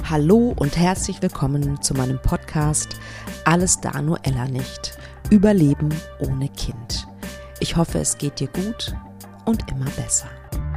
Hallo und herzlich willkommen zu meinem Podcast Alles da nur Ella nicht. Überleben ohne Kind. Ich hoffe, es geht dir gut und immer besser.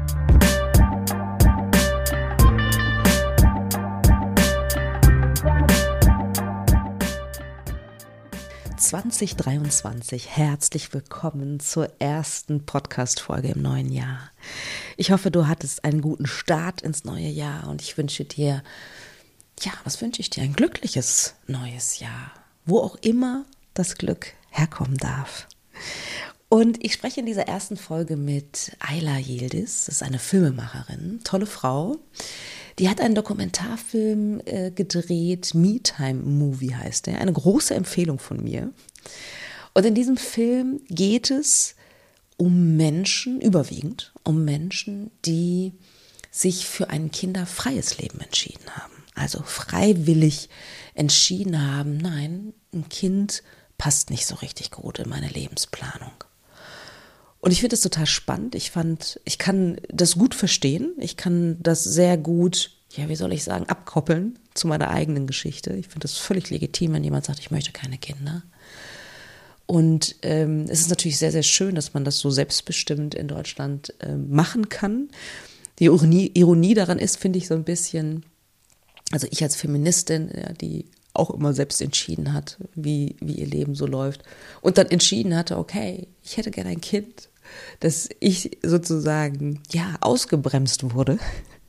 (2023) Herzlich willkommen zur ersten Podcast-Folge im neuen Jahr. Ich hoffe, du hattest einen guten Start ins neue Jahr und ich wünsche dir, was wünsche ich dir? Ein glückliches neues Jahr, wo auch immer das Glück herkommen darf. Und ich spreche in dieser ersten Folge mit Ayla Yildiz, das ist eine Filmemacherin, tolle Frau. Die hat einen Dokumentarfilm gedreht, Me Time Movie heißt der, eine große Empfehlung von mir. Und in diesem Film geht es um Menschen, überwiegend um Menschen, die sich für ein kinderfreies Leben entschieden haben. Also freiwillig entschieden haben, nein, ein Kind passt nicht so richtig gut in meine Lebensplanung. Und ich finde das total spannend. Ich kann das gut verstehen. Ich kann das sehr gut, abkoppeln zu meiner eigenen Geschichte. Ich finde das völlig legitim, wenn jemand sagt, ich möchte keine Kinder. Und es ist natürlich sehr, sehr schön, dass man das so selbstbestimmt in Deutschland machen kann. Die Ironie daran ist, finde ich, so ein bisschen, also ich als Feministin, die auch immer selbst entschieden hat, wie ihr Leben so läuft und dann entschieden hatte, okay, ich hätte gerne ein Kind, dass ich sozusagen, ausgebremst wurde,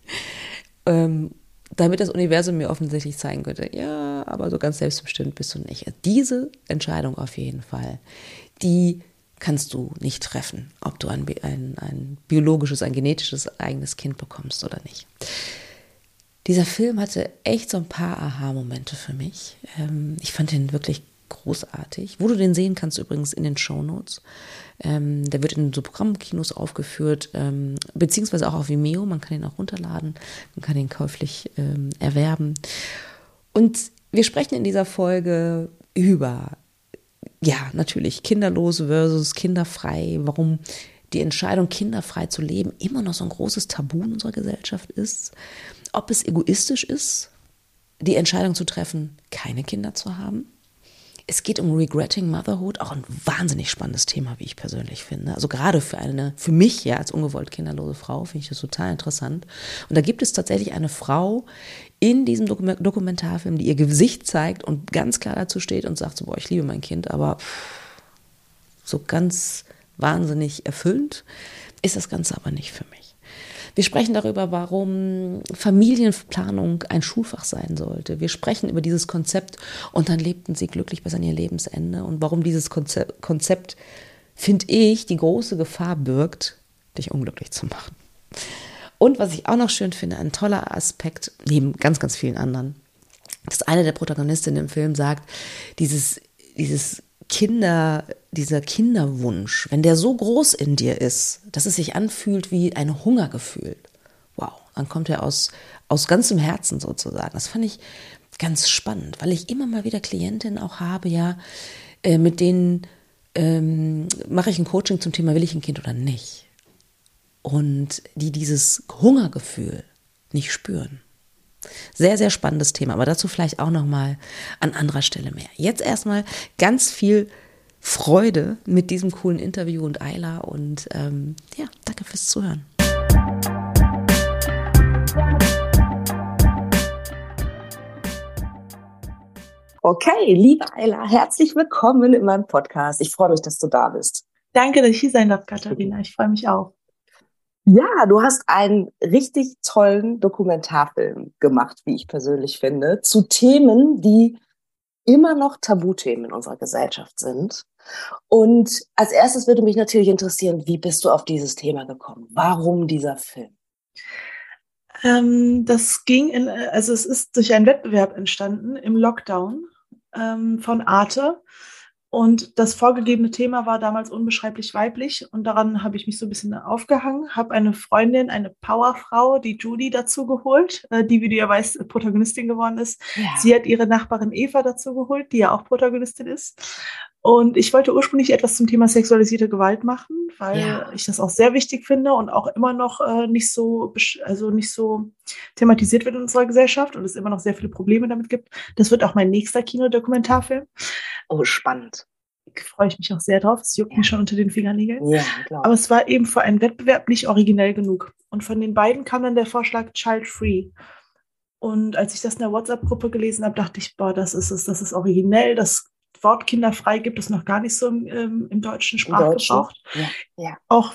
damit das Universum mir offensichtlich zeigen könnte, ja, aber so ganz selbstbestimmt bist du nicht. Diese Entscheidung auf jeden Fall, die kannst du nicht treffen, ob du ein biologisches, ein genetisches eigenes Kind bekommst oder nicht. Dieser Film hatte echt so ein paar Aha-Momente für mich. Ich fand den wirklich großartig. Wo du den sehen kannst, übrigens in den Shownotes. Der wird in so Programmkinos aufgeführt, beziehungsweise auch auf Vimeo. Man kann ihn auch runterladen, man kann ihn käuflich erwerben. Und wir sprechen in dieser Folge über, natürlich kinderlos versus kinderfrei, warum die Entscheidung, kinderfrei zu leben, immer noch so ein großes Tabu in unserer Gesellschaft ist. Ob es egoistisch ist, die Entscheidung zu treffen, keine Kinder zu haben. Es geht um Regretting Motherhood, auch ein wahnsinnig spannendes Thema, wie ich persönlich finde. Also gerade für mich als ungewollt kinderlose Frau finde ich das total interessant. Und da gibt es tatsächlich eine Frau in diesem Dokumentarfilm, die ihr Gesicht zeigt und ganz klar dazu steht und sagt so, ich liebe mein Kind, aber so ganz wahnsinnig erfüllend ist das Ganze aber nicht für mich. Wir sprechen darüber, warum Familienplanung ein Schulfach sein sollte. Wir sprechen über dieses Konzept und dann lebten sie glücklich bis an ihr Lebensende und warum dieses Konzept, finde ich, die große Gefahr birgt, dich unglücklich zu machen. Und was ich auch noch schön finde, ein toller Aspekt, neben ganz, ganz vielen anderen, dass eine der Protagonistinnen im Film sagt, dieser Kinderwunsch, wenn der so groß in dir ist, dass es sich anfühlt wie ein Hungergefühl, wow, dann kommt er aus ganzem Herzen sozusagen. Das fand ich ganz spannend, weil ich immer mal wieder Klientinnen auch habe, mit denen mache ich ein Coaching zum Thema, will ich ein Kind oder nicht? Und die dieses Hungergefühl nicht spüren. Sehr, sehr spannendes Thema, aber dazu vielleicht auch nochmal an anderer Stelle mehr. Jetzt erstmal ganz viel Freude mit diesem coolen Interview und Ayla und danke fürs Zuhören. Okay, liebe Ayla, herzlich willkommen in meinem Podcast. Ich freue mich, dass du da bist. Danke, dass ich hier sein darf, Katharina. Ich freue mich auch. Ja, du hast einen richtig tollen Dokumentarfilm gemacht, wie ich persönlich finde, zu Themen, die immer noch Tabuthemen in unserer Gesellschaft sind. Und als erstes würde mich natürlich interessieren, wie bist du auf dieses Thema gekommen? Warum dieser Film? Es ist durch einen Wettbewerb entstanden im Lockdown von Arte. Und das vorgegebene Thema war damals unbeschreiblich weiblich und daran habe ich mich so ein bisschen aufgehangen, habe eine Freundin, eine Powerfrau, die Judy, dazu geholt, die, wie du ja weißt, Protagonistin geworden ist. Ja. Sie hat ihre Nachbarin Eva dazu geholt, die ja auch Protagonistin ist. Und ich wollte ursprünglich etwas zum Thema sexualisierte Gewalt machen, weil Ja, ich das auch sehr wichtig finde und auch immer noch nicht so thematisiert wird in unserer Gesellschaft und es immer noch sehr viele Probleme damit gibt. Das wird auch mein nächster Kinodokumentarfilm. oh, spannend. Da freue ich mich auch sehr drauf. Es juckt Ja, mich schon unter den Fingernägeln. ja, Aber glaube es war eben für einen Wettbewerb nicht originell genug. Und von den beiden kam dann der Vorschlag Child Free. Und als ich das in der WhatsApp-Gruppe gelesen habe, dachte ich, boah, das ist es, das ist originell. Das Wort kinderfrei gibt es noch gar nicht so im deutschen ich. Im Deutschen. Sprachgebrauch. Ja, ja. Auch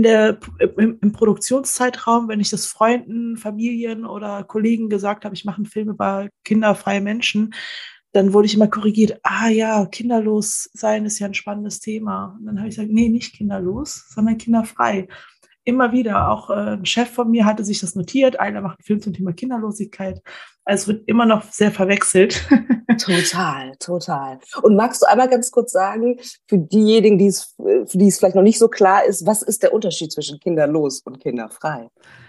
im Produktionszeitraum, wenn ich das Freunden, Familien oder Kollegen gesagt habe, ich mache einen Film über kinderfreie Menschen, dann wurde ich immer korrigiert, ah ja, kinderlos sein ist ja ein spannendes Thema. Und dann habe ich gesagt, nee, nicht kinderlos, sondern kinderfrei. Immer wieder, auch ein Chef von mir hatte sich das notiert, einer macht einen Film zum Thema Kinderlosigkeit. Also es wird immer noch sehr verwechselt. Total, total. Und magst du einmal ganz kurz sagen, für diejenigen, für die es vielleicht noch nicht so klar ist, was ist der Unterschied zwischen kinderlos und kinderfrei?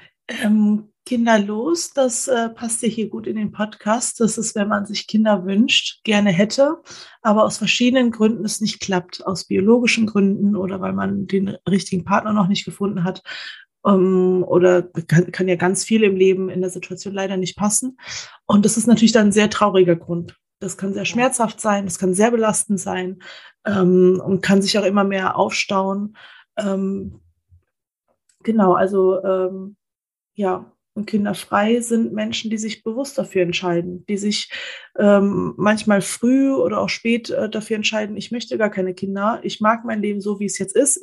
Kinderlos, das passt ja hier gut in den Podcast. Das ist, wenn man sich Kinder wünscht, gerne hätte, aber aus verschiedenen Gründen es nicht klappt. Aus biologischen Gründen oder weil man den richtigen Partner noch nicht gefunden hat. Oder kann ja ganz viel im Leben in der Situation leider nicht passen. Und das ist natürlich dann ein sehr trauriger Grund. Das kann sehr Ja, schmerzhaft sein, das kann sehr belastend sein und kann sich auch immer mehr aufstauen. Ähm, genau, also ja, und kinderfrei sind Menschen, die sich bewusst dafür entscheiden, die sich manchmal früh oder auch spät dafür entscheiden, ich möchte gar keine Kinder, ich mag mein Leben so, wie es jetzt ist,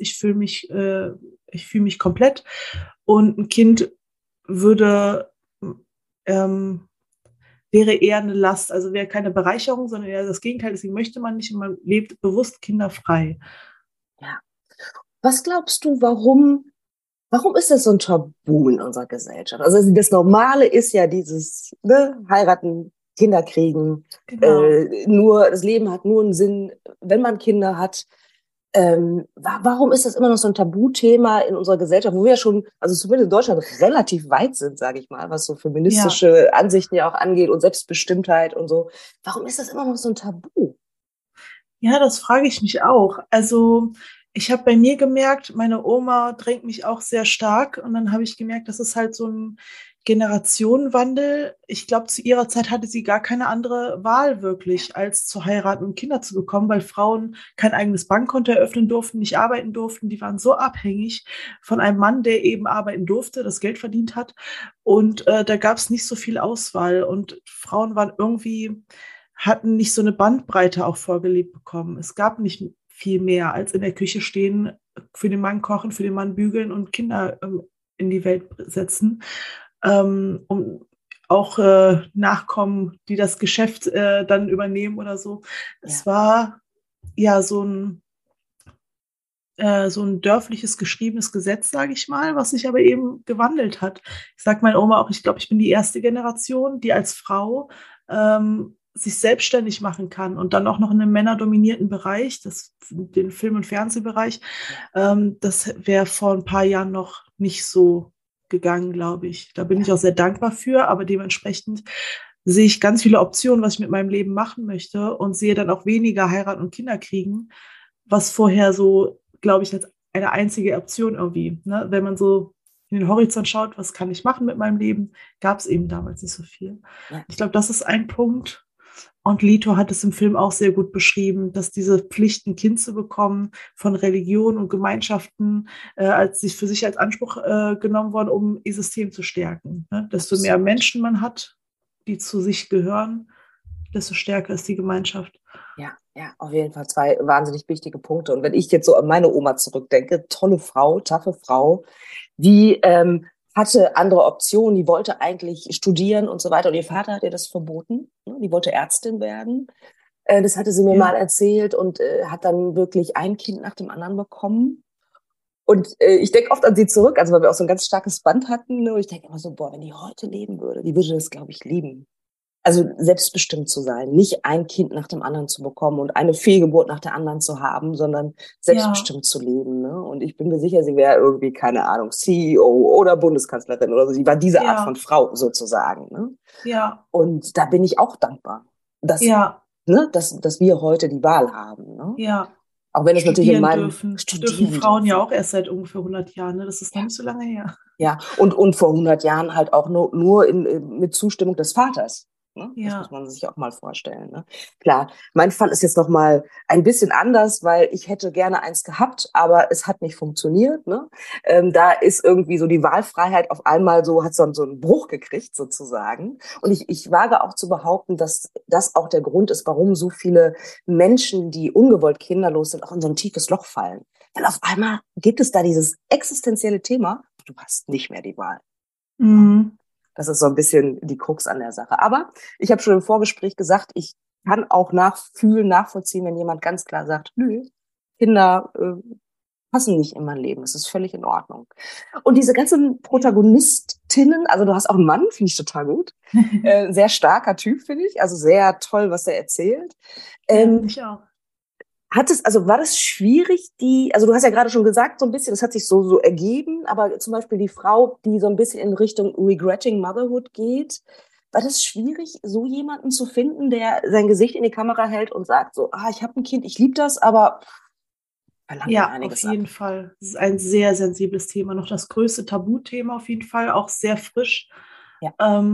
ich fühle mich komplett und ein Kind würde, ähm, wäre eher eine Last, also wäre keine Bereicherung, sondern eher das Gegenteil, deswegen möchte man nicht und man lebt bewusst kinderfrei. ja. Was glaubst du, warum ist das so ein Tabu in unserer Gesellschaft? Also das Normale ist ja dieses, ne, heiraten, Kinder kriegen, Genau. das Leben hat nur einen Sinn, wenn man Kinder hat. Warum ist das immer noch so ein Tabuthema in unserer Gesellschaft, wo wir ja schon, also zumindest in Deutschland, relativ weit sind, sage ich mal, was so Ja. feministische Ansichten ja auch angeht und Selbstbestimmtheit und so. Warum ist das immer noch so ein Tabu? Ja, das frage ich mich auch. Also ich habe bei mir gemerkt, meine Oma drängt mich auch sehr stark und dann habe ich gemerkt, das ist halt so ein Generationenwandel. Ich glaube, zu ihrer Zeit hatte sie gar keine andere Wahl wirklich, als zu heiraten und Kinder zu bekommen, weil Frauen kein eigenes Bankkonto eröffnen durften, nicht arbeiten durften. Die waren so abhängig von einem Mann, der eben arbeiten durfte, das Geld verdient hat. Und da gab es nicht so viel Auswahl und Frauen waren irgendwie hatten nicht so eine Bandbreite auch vorgelebt bekommen. Es gab nicht viel mehr als in der Küche stehen, für den Mann kochen, für den Mann bügeln und Kinder in die Welt setzen, um auch Nachkommen, die das Geschäft dann übernehmen oder so. Es Ja, war ja so ein dörfliches geschriebenes Gesetz, sage ich mal, was sich aber eben gewandelt hat. Ich sage meiner Oma auch, ich glaube, ich bin die erste Generation, die als Frau sich selbstständig machen kann und dann auch noch in einem männerdominierten Bereich, den Film- und Fernsehbereich. ja, Das wäre vor ein paar Jahren noch nicht so gegangen, glaube ich. Da bin ich ja, auch sehr dankbar für, aber dementsprechend sehe ich ganz viele Optionen, was ich mit meinem Leben machen möchte und sehe dann auch weniger heiraten und Kinder kriegen, was vorher so, glaube ich, als eine einzige Option irgendwie, ne? Wenn man so in den Horizont schaut, was kann ich machen mit meinem Leben, gab es eben damals nicht so viel. ja. Ich glaube, das ist ein Punkt. Und Lito hat es im Film auch sehr gut beschrieben, dass diese Pflicht, ein Kind zu bekommen, von Religion und Gemeinschaften als sich für sich als Anspruch genommen worden, um ihr System zu stärken. Ne? Desto mehr Absolut. Menschen man hat, die zu sich gehören, desto stärker ist die Gemeinschaft. Ja, ja, auf jeden Fall zwei wahnsinnig wichtige Punkte. Und wenn ich jetzt so an meine Oma zurückdenke, tolle Frau, taffe Frau, die hatte andere Optionen, die wollte eigentlich studieren und so weiter. Und ihr Vater hat ihr das verboten. Ne? Die wollte Ärztin werden. Das hatte sie mir mal Ja, erzählt und hat dann wirklich ein Kind nach dem anderen bekommen. Und ich denke oft an sie zurück, also weil wir auch so ein ganz starkes Band hatten. Ne? Und ich denke immer so, boah, wenn die heute leben würde, die würde das, glaube ich, lieben. Also selbstbestimmt zu sein, nicht ein Kind nach dem anderen zu bekommen und eine Fehlgeburt nach der anderen zu haben, sondern ja, selbstbestimmt zu leben. Ne? Und ich bin mir sicher, sie wäre irgendwie, keine Ahnung, CEO oder Bundeskanzlerin oder so. Sie war diese Art von ja, Frau sozusagen. Ne? ja, Und da bin ich auch dankbar. Das, ja. ne, dass wir heute die Wahl haben. Ne? Ja, Auch wenn es natürlich in meinem dürfen Frauen ja auch erst seit ungefähr 100 Jahren, ne? Das ist noch nicht so lange her. Ja, und vor 100 Jahren halt auch nur mit Zustimmung des Vaters. Ne? Das muss Ja. man sich auch mal vorstellen. Ne? Klar, mein Fall ist jetzt noch mal ein bisschen anders, weil ich hätte gerne eins gehabt, aber es hat nicht funktioniert. Ne? Da ist irgendwie so die Wahlfreiheit auf einmal hat so einen Bruch gekriegt sozusagen. Und ich wage auch zu behaupten, dass das auch der Grund ist, warum so viele Menschen, die ungewollt kinderlos sind, auch in so ein tiefes Loch fallen. Weil auf einmal gibt es da dieses existenzielle Thema, du hast nicht mehr die Wahl. Mhm. Das ist so ein bisschen die Krux an der Sache. Aber ich habe schon im Vorgespräch gesagt, ich kann auch nachvollziehen, wenn jemand ganz klar sagt, nö, Kinder passen nicht in mein Leben. Es ist völlig in Ordnung. Und diese ganzen Protagonistinnen, also du hast auch einen Mann, finde ich total gut. Sehr starker Typ, finde ich. Also sehr toll, was er erzählt. Ich auch. War das schwierig, also du hast ja gerade schon gesagt, so ein bisschen, das hat sich so ergeben, aber zum Beispiel die Frau, die so ein bisschen in Richtung Regretting Motherhood geht, war das schwierig, so jemanden zu finden, der sein Gesicht in die Kamera hält und sagt so, ich habe ein Kind, ich liebe das, aber verlangt mir Ja, einiges auf jeden ab. Fall. Es ist ein sehr sensibles Thema, noch das größte Tabuthema auf jeden Fall, auch sehr frisch. Ja.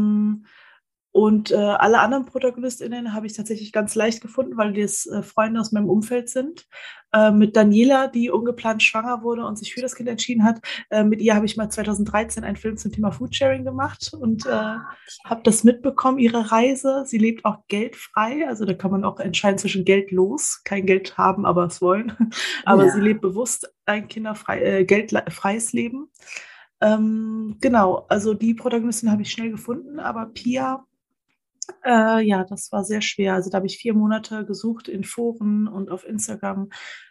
Und alle anderen ProtagonistInnen habe ich tatsächlich ganz leicht gefunden, weil das Freunde aus meinem Umfeld sind. Mit Daniela, die ungeplant schwanger wurde und sich für das Kind entschieden hat. Mit ihr habe ich mal 2013 einen Film zum Thema Foodsharing gemacht und habe das mitbekommen, ihre Reise. Sie lebt auch geldfrei, also da kann man auch entscheiden zwischen geldlos, kein Geld haben, aber es wollen. Aber sie lebt bewusst ein geldfreies Leben. Genau, also die Protagonistin habe ich schnell gefunden, aber Pia, ja, das war sehr schwer. Also da habe ich 4 Monate gesucht in Foren und auf Instagram,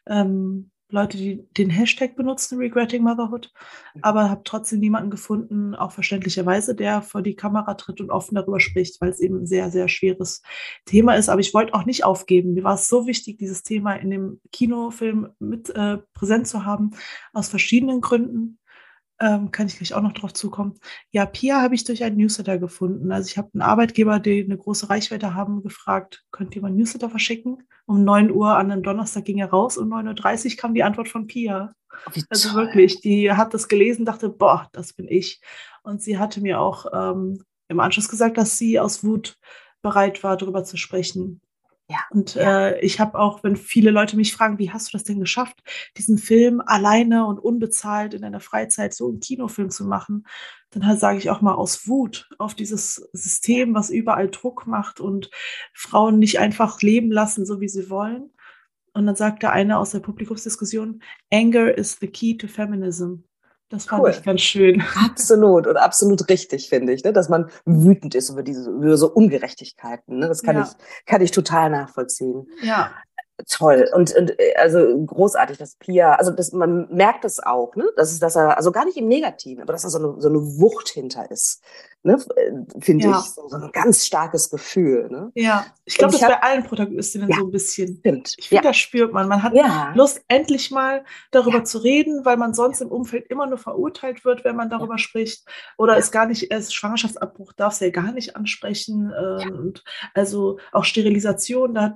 Leute, die den Hashtag benutzen, Regretting Motherhood, aber habe trotzdem niemanden gefunden, auch verständlicherweise, der vor die Kamera tritt und offen darüber spricht, weil es eben ein sehr, sehr schweres Thema ist. Aber ich wollte auch nicht aufgeben. Mir war es so wichtig, dieses Thema in dem Kinofilm mit präsent zu haben, aus verschiedenen Gründen. Kann ich gleich auch noch drauf zukommen. Ja, Pia habe ich durch einen Newsletter gefunden. Also ich habe einen Arbeitgeber, die eine große Reichweite haben, gefragt, könnt ihr mal einen Newsletter verschicken? Um 9 Uhr an einem Donnerstag ging er raus, um 9:30 Uhr kam die Antwort von Pia. Also wirklich, die hat das gelesen, dachte, boah, das bin ich. Und sie hatte mir auch im Anschluss gesagt, dass sie aus Wut bereit war, darüber zu sprechen. Ja, und ich habe auch, wenn viele Leute mich fragen, wie hast du das denn geschafft, diesen Film alleine und unbezahlt in deiner Freizeit so einen Kinofilm zu machen, dann sage ich auch mal aus Wut auf dieses System, was überall Druck macht und Frauen nicht einfach leben lassen, so wie sie wollen. Und dann sagte eine aus der Publikumsdiskussion, Anger is the key to feminism. Das fand ich ganz schön. Absolut und absolut richtig, finde ich, ne? Dass man wütend ist über so Ungerechtigkeiten. Ne? Das kann ich total nachvollziehen. Ja. Toll und also großartig, dass Pia, also man merkt es auch, ne? Dass er, also gar nicht im Negativen, aber dass da so eine Wucht hinter ist, ne? Finde ich, so ein ganz starkes Gefühl, ne? Ja, ich glaube, das ist bei allen Protagonistinnen so ein bisschen. Stimmt. Ich finde, das spürt man. Man hat Lust, endlich mal darüber zu reden, weil man sonst im Umfeld immer nur verurteilt wird, wenn man darüber spricht. Oder es gar nicht, Schwangerschaftsabbruch darf es ja gar nicht ansprechen. Und also auch Sterilisation, da hat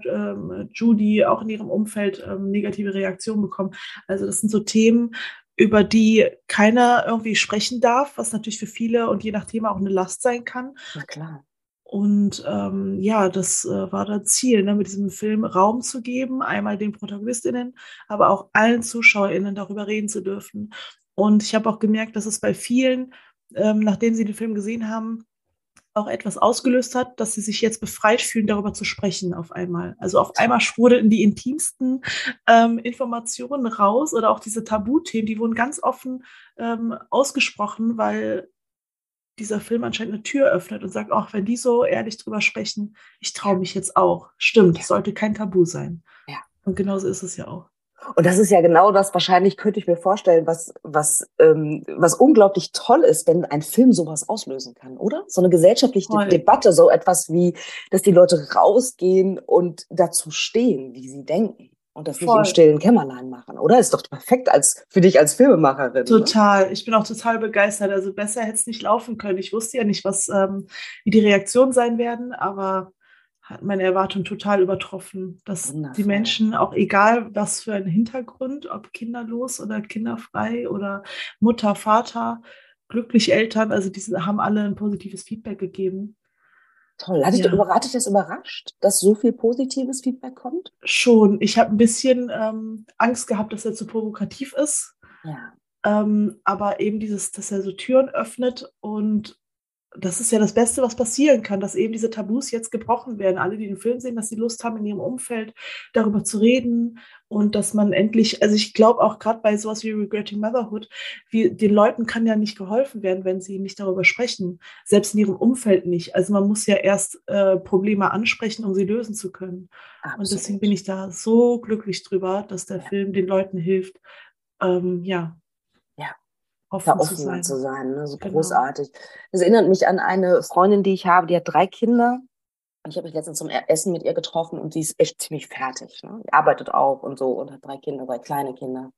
Judy auch in ihrem Umfeld negative Reaktionen bekommen. Also das sind so Themen, über die keiner irgendwie sprechen darf, was natürlich für viele und je nach Thema auch eine Last sein kann. Na klar. Und ja, das war das Ziel, ne, mit diesem Film Raum zu geben, einmal den ProtagonistInnen, aber auch allen ZuschauerInnen darüber reden zu dürfen. Und ich habe auch gemerkt, dass es bei vielen, nachdem sie den Film gesehen haben, auch etwas ausgelöst hat, dass sie sich jetzt befreit fühlen, darüber zu sprechen auf einmal. Also auf einmal sprudelten die intimsten Informationen raus oder auch diese Tabuthemen, die wurden ganz offen ausgesprochen, weil dieser Film anscheinend eine Tür öffnet und sagt, auch wenn die so ehrlich drüber sprechen, ich traue mich jetzt auch. Stimmt, sollte kein Tabu sein. Ja. Und genauso ist es ja auch. Und das ist ja genau das, wahrscheinlich könnte ich mir vorstellen, was unglaublich toll ist, wenn ein Film sowas auslösen kann, oder? So eine gesellschaftliche Debatte, so etwas wie, dass die Leute rausgehen und dazu stehen, wie sie denken. Und das nicht im stillen Kämmerlein machen, oder? Ist doch perfekt für dich als Filmemacherin. Total. Ne? Ich bin auch total begeistert. Also besser hätte es nicht laufen können. Ich wusste ja nicht, wie die Reaktionen sein werden, aber hat meine Erwartung total übertroffen, dass die Wundervoll. Menschen, auch egal was für ein Hintergrund, ob kinderlos oder kinderfrei oder Mutter, Vater, glücklich Eltern, also diese haben alle ein positives Feedback gegeben. Toll. Hat Ja, dich das überrascht, dass so viel positives Feedback kommt? schon. Ich habe ein bisschen Angst gehabt, dass er zu provokativ ist. Ja. Aber eben dass er so Türen öffnet und das ist ja das Beste, was passieren kann, dass eben diese Tabus jetzt gebrochen werden. Alle, die den Film sehen, dass sie Lust haben, in ihrem Umfeld darüber zu reden und dass man endlich, also ich glaube auch gerade bei sowas wie Regretting Motherhood, den Leuten kann ja nicht geholfen werden, wenn sie nicht darüber sprechen, selbst in ihrem Umfeld nicht. Also man muss ja erst Probleme ansprechen, um sie lösen zu können. Und deswegen Absolut. bin ich da so glücklich drüber, dass der Ja. Film den Leuten hilft, ja, Ja. Da offen zu offener zu sein. sein, ne? So Genau. großartig. Das erinnert mich an eine Freundin, die ich habe, die hat 3 Kinder. Und ich habe mich letztens zum Essen mit ihr getroffen und die ist echt ziemlich fertig. Ne? Die arbeitet auch und so und hat 3 Kinder, 3 kleine Kinder.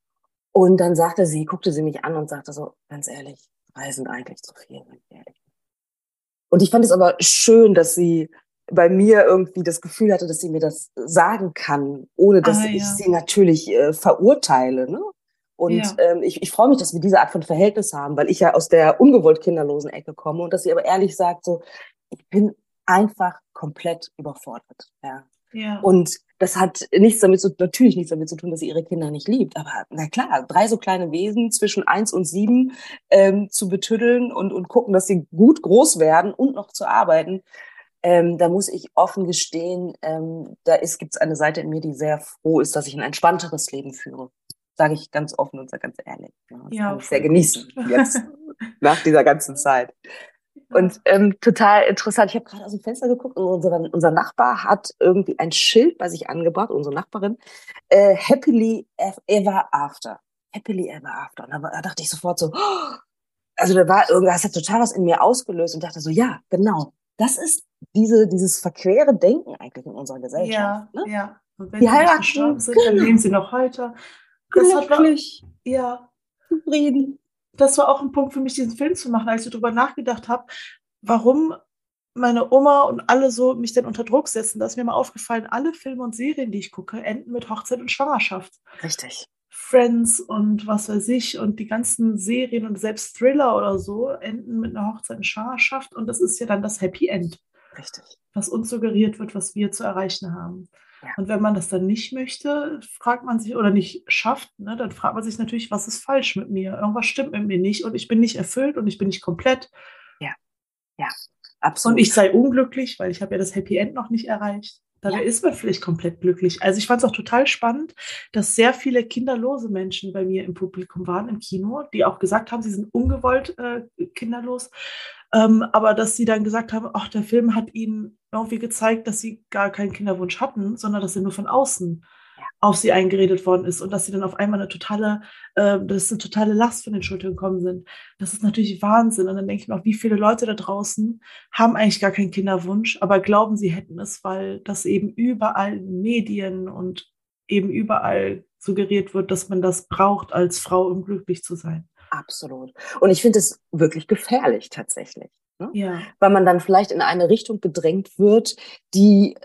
Und dann guckte sie mich an und sagte so, ganz ehrlich, 3 sind eigentlich zu viel, wenn ich ehrlich bin. Und ich fand es aber schön, dass sie bei mir irgendwie das Gefühl hatte, dass sie mir das sagen kann, ohne dass ich Ja. sie natürlich verurteile. Ne? Und Ja. ich freue mich, dass wir diese Art von Verhältnis haben, weil ich ja aus der ungewollt kinderlosen Ecke komme und dass sie aber ehrlich sagt, so, ich bin einfach komplett überfordert. Ja. Ja. Und das hat natürlich nichts damit zu tun, dass sie ihre Kinder nicht liebt. Aber na klar, 3 so kleine Wesen zwischen 1 und 7 zu betüddeln und gucken, dass sie gut groß werden und noch zu arbeiten, da muss ich offen gestehen, gibt's eine Seite in mir, die sehr froh ist, dass ich ein entspannteres Leben führe. Sage ich ganz offen und ganz ehrlich. Ja, das kann ich sehr voll genießen gut. jetzt nach dieser ganzen Zeit. Und total interessant, ich habe gerade aus dem Fenster geguckt und unser Nachbar hat irgendwie ein Schild bei sich angebracht, unsere Nachbarin, Happily Ever After. Happily Ever After. Und da dachte ich sofort so, oh, also das hat total was in mir ausgelöst und dachte so, ja, genau, das ist dieses verquere Denken eigentlich in unserer Gesellschaft. Ne? Ja. Und wenn Die sie nicht gestorben heiraten, sind, dann leben genau, sie noch heute. glücklich, Ja, zufrieden. das war auch ein Punkt für mich, diesen Film zu machen, als ich darüber nachgedacht habe, warum meine Oma und alle so mich dann unter Druck setzen. Da ist mir mal aufgefallen, alle Filme und Serien, die ich gucke, enden mit Hochzeit und Schwangerschaft. Richtig. Friends und was weiß ich und die ganzen Serien und selbst Thriller oder so enden mit einer Hochzeit und Schwangerschaft und das ist ja dann das Happy End, Richtig. was uns suggeriert wird, was wir zu erreichen haben. Ja. Und wenn man das dann nicht möchte, fragt man sich oder nicht schafft, ne, dann fragt man sich natürlich, was ist falsch mit mir? Irgendwas stimmt mit mir nicht und ich bin nicht erfüllt und ich bin nicht komplett. Ja, Und absolut. ich sei unglücklich, weil ich habe ja das Happy End noch nicht erreicht. Dabei Ja. ist man vielleicht komplett glücklich. Also ich fand es auch total spannend, dass sehr viele kinderlose Menschen bei mir im Publikum waren, im Kino, die auch gesagt haben, sie sind ungewollt kinderlos. Aber dass sie dann gesagt haben, ach, der Film hat ihnen irgendwie gezeigt, dass sie gar keinen Kinderwunsch hatten, sondern dass er nur von außen auf sie eingeredet worden ist und dass sie dann auf einmal dass eine totale Last von den Schultern gekommen sind. Das ist natürlich Wahnsinn. Und dann denke ich mir auch, wie viele Leute da draußen haben eigentlich gar keinen Kinderwunsch, aber glauben, sie hätten es, weil das eben überall in Medien und eben überall suggeriert wird, dass man das braucht als Frau, um glücklich zu sein. Absolut. Und ich finde es wirklich gefährlich tatsächlich. Ne? Ja. Weil man dann vielleicht in eine Richtung gedrängt wird, die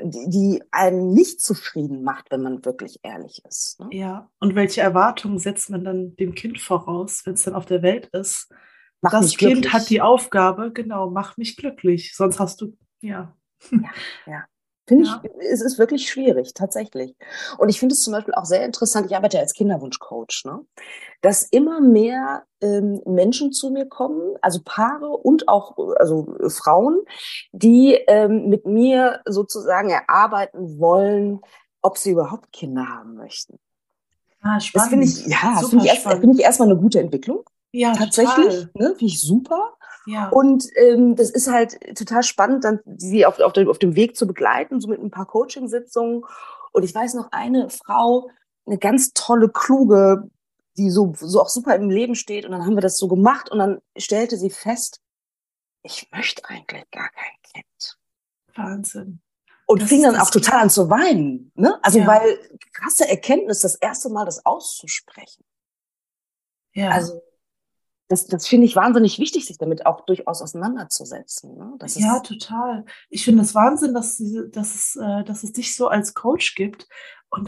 einen nicht zufrieden macht, wenn man wirklich ehrlich ist. Ne? Ja. Und welche Erwartungen setzt man dann dem Kind voraus, wenn es dann auf der Welt ist? Macht Das mich Kind glücklich. hat die Aufgabe, genau, mach mich glücklich. Sonst hast du, ja. Ja. Finde Ja. ich, es ist wirklich schwierig, tatsächlich. Und ich finde es zum Beispiel auch sehr interessant, ich arbeite ja als Kinderwunschcoach, ne? Dass immer mehr Menschen zu mir kommen, also Paare und auch Frauen, die mit mir sozusagen erarbeiten wollen, ob sie überhaupt Kinder haben möchten. Ah, spannend. Das finde ich, finde ich erstmal eine gute Entwicklung. Ja, tatsächlich, total. ne? Finde ich super. Ja. Und das ist halt total spannend, dann sie auf dem Weg zu begleiten, so mit ein paar Coaching-Sitzungen. Und ich weiß noch, eine Frau, eine ganz tolle, kluge, die so auch super im Leben steht. Und dann haben wir das so gemacht und dann stellte sie fest, ich möchte eigentlich gar kein Kind. Wahnsinn. Und Das fing ist dann das auch total an zu weinen. Ne? Also Ja. weil krasse Erkenntnis, das erste Mal das auszusprechen. Ja. Also das finde ich wahnsinnig wichtig, sich damit auch durchaus auseinanderzusetzen. Ne? Das Ja, ist, total. Ich finde es Wahnsinn, dass es dich so als Coach gibt. Und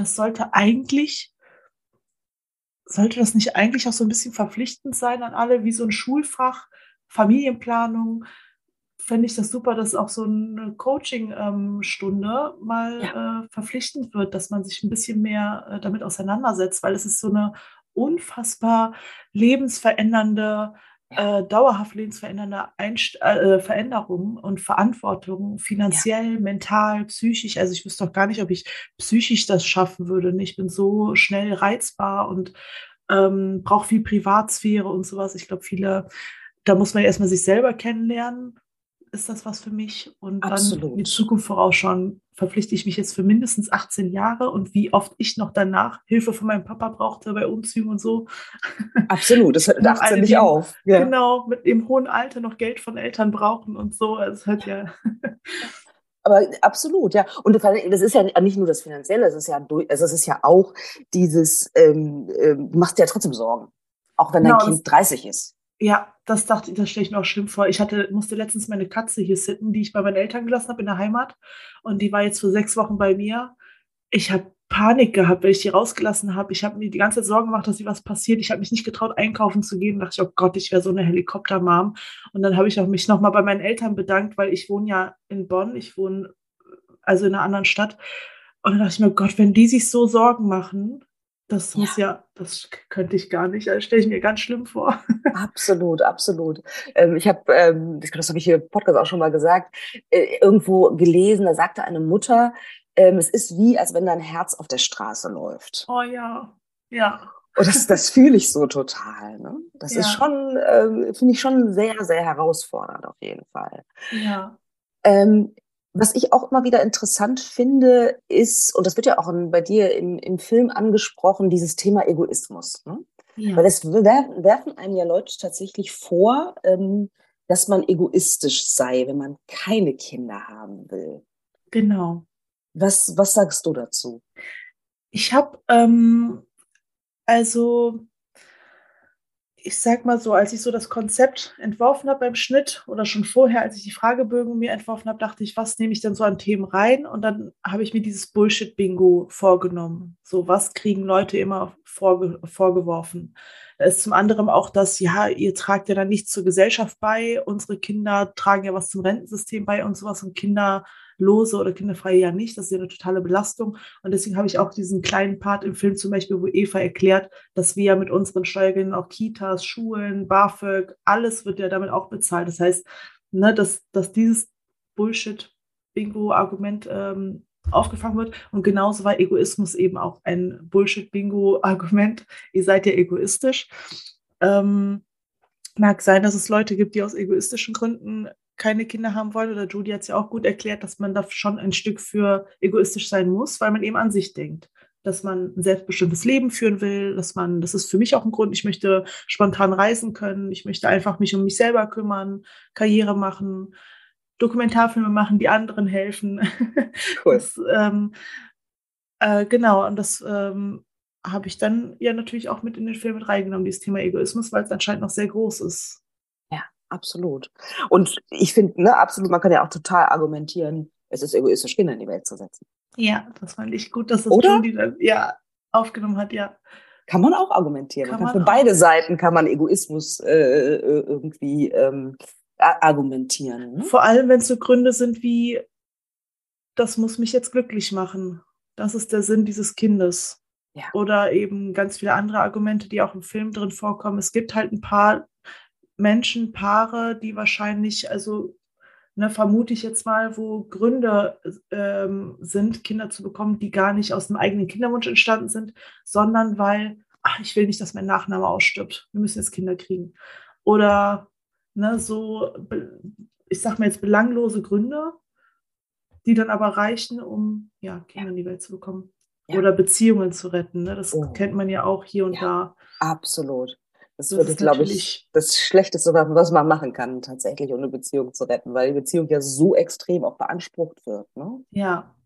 sollte das nicht eigentlich auch so ein bisschen verpflichtend sein an alle, wie so ein Schulfach, Familienplanung? Fände ich das super, dass auch so eine Coaching-Stunde ja, mal verpflichtend wird, dass man sich ein bisschen mehr damit auseinandersetzt, weil es ist so eine unfassbar lebensverändernde, ja, dauerhaft lebensverändernde Veränderung und Verantwortung, ja, finanziell, mental, psychisch. Also ich wüsste doch gar nicht, ob ich psychisch das schaffen würde. Ich bin so schnell reizbar und brauche viel Privatsphäre und sowas. Ich glaube, da muss man erstmal sich selber kennenlernen. Ist das was für mich? Und dann in die absolut. Zukunft vorausschauen, verpflichte ich mich jetzt für mindestens 18 Jahre und wie oft ich noch danach Hilfe von meinem Papa brauchte bei Umzügen und so. Absolut. Das Ich hört bin mit noch 18 eine, nicht die auf. Ja. genau mit dem hohen Alter noch Geld von Eltern brauchen und so. Also es hat ja, Aber absolut, ja. Und das ist ja nicht nur das Finanzielle, also es ist ja auch dieses, du machst dir ja trotzdem Sorgen. Auch wenn dein genau, das, Kind 30 ist. ja, das stelle ich mir auch schlimm vor. Musste letztens meine Katze hier sitten, die ich bei meinen Eltern gelassen habe in der Heimat. Und die war jetzt für 6 Wochen bei mir. Ich habe Panik gehabt, weil ich die rausgelassen habe. Ich habe mir die ganze Zeit Sorgen gemacht, dass ihr was passiert. Ich habe mich nicht getraut, einkaufen zu gehen. Da dachte ich, oh Gott, ich wäre so eine Helikoptermom. Und dann habe ich auch mich nochmal bei meinen Eltern bedankt, weil ich wohne ja in Bonn. Ich wohne also in einer anderen Stadt. Und dann dachte ich mir, Gott, wenn die sich so Sorgen machen, Ja, das könnte ich gar nicht. Also stelle ich mir ganz schlimm vor. absolut, absolut. Das habe ich hier im Podcast auch schon mal gesagt, irgendwo gelesen, da sagte eine Mutter, es ist wie, als wenn dein Herz auf der Straße läuft. Oh ja, ja, Und das fühle ich so total. Ne? Das ist ja, schon, finde ich schon sehr, sehr herausfordernd auf jeden Fall. ja, Ähm, Was ich auch immer wieder interessant finde, ist, und das wird ja auch bei dir im Film angesprochen, dieses Thema Egoismus. Ne? Weil ja, es werfen einem ja Leute tatsächlich vor, dass man egoistisch sei, wenn man keine Kinder haben will. genau. Was sagst du dazu? Ich habe also ich sag mal so, als ich so das Konzept entworfen habe beim Schnitt oder schon vorher, als ich die Fragebögen mir entworfen habe, dachte ich, was nehme ich denn so an Themen rein? Und dann habe ich mir dieses Bullshit-Bingo vorgenommen. So, was kriegen Leute immer vorgeworfen? Da ist zum anderen auch das, ja, ihr tragt ja dann nichts zur Gesellschaft bei, unsere Kinder tragen ja was zum Rentensystem bei und sowas und Kinderlose oder Kinderfreie ja nicht. Das ist ja eine totale Belastung. Und deswegen habe ich auch diesen kleinen Part im Film zum Beispiel, wo Eva erklärt, dass wir ja mit unseren Steuergeldern auch Kitas, Schulen, BAföG, alles wird ja damit auch bezahlt. Das heißt, ne, dass dieses Bullshit-Bingo-Argument aufgefangen wird. Und genauso war Egoismus eben auch ein Bullshit-Bingo-Argument. Ihr seid ja egoistisch. Ähm, Mag sein, dass es Leute gibt, die aus egoistischen Gründen keine Kinder haben wollen. Oder Judy hat es ja auch gut erklärt, dass man da schon ein Stück für egoistisch sein muss, weil man eben an sich denkt. Dass man ein selbstbestimmtes Leben führen will, das ist für mich auch ein Grund, ich möchte spontan reisen können, ich möchte einfach mich um mich selber kümmern, Karriere machen, Dokumentarfilme machen, die anderen helfen. Cool. Genau, und das habe ich dann ja natürlich auch mit in den Film mit reingenommen, dieses Thema Egoismus, weil es anscheinend noch sehr groß ist. Ja, absolut. Und ich finde, ne, absolut, man kann ja auch total argumentieren, es ist egoistisch, Kinder in die Welt zu setzen. Ja, das fand ich gut, dass das Oder? Judy dann ja aufgenommen hat. Ja, Kann man auch argumentieren. Man kann kann man für auch. beide Seiten kann man Egoismus irgendwie argumentieren. Ne? Vor allem, wenn es so Gründe sind wie, das muss mich jetzt glücklich machen. Das ist der Sinn dieses Kindes. Ja, Oder eben ganz viele andere Argumente, die auch im Film drin vorkommen. Es gibt halt ein paar Menschen, Paare, die wahrscheinlich, also ne, vermute ich jetzt mal, wo Gründe sind, Kinder zu bekommen, die gar nicht aus dem eigenen Kinderwunsch entstanden sind, sondern weil, ach, ich will nicht, dass mein Nachname ausstirbt. Wir müssen jetzt Kinder kriegen. Oder ne, ich sag mal jetzt belanglose Gründe, die dann aber reichen, um ja, ja, Kinder in die Welt zu bekommen. ja. Oder Beziehungen zu retten. Ne? Das Oh, kennt man ja auch hier und ja, da. absolut. Das ist Das wirklich, ist glaube ich, natürlich, das Schlechteste, was man machen kann, tatsächlich, um eine Beziehung zu retten, weil die Beziehung ja so extrem auch beansprucht wird. Ne? ja.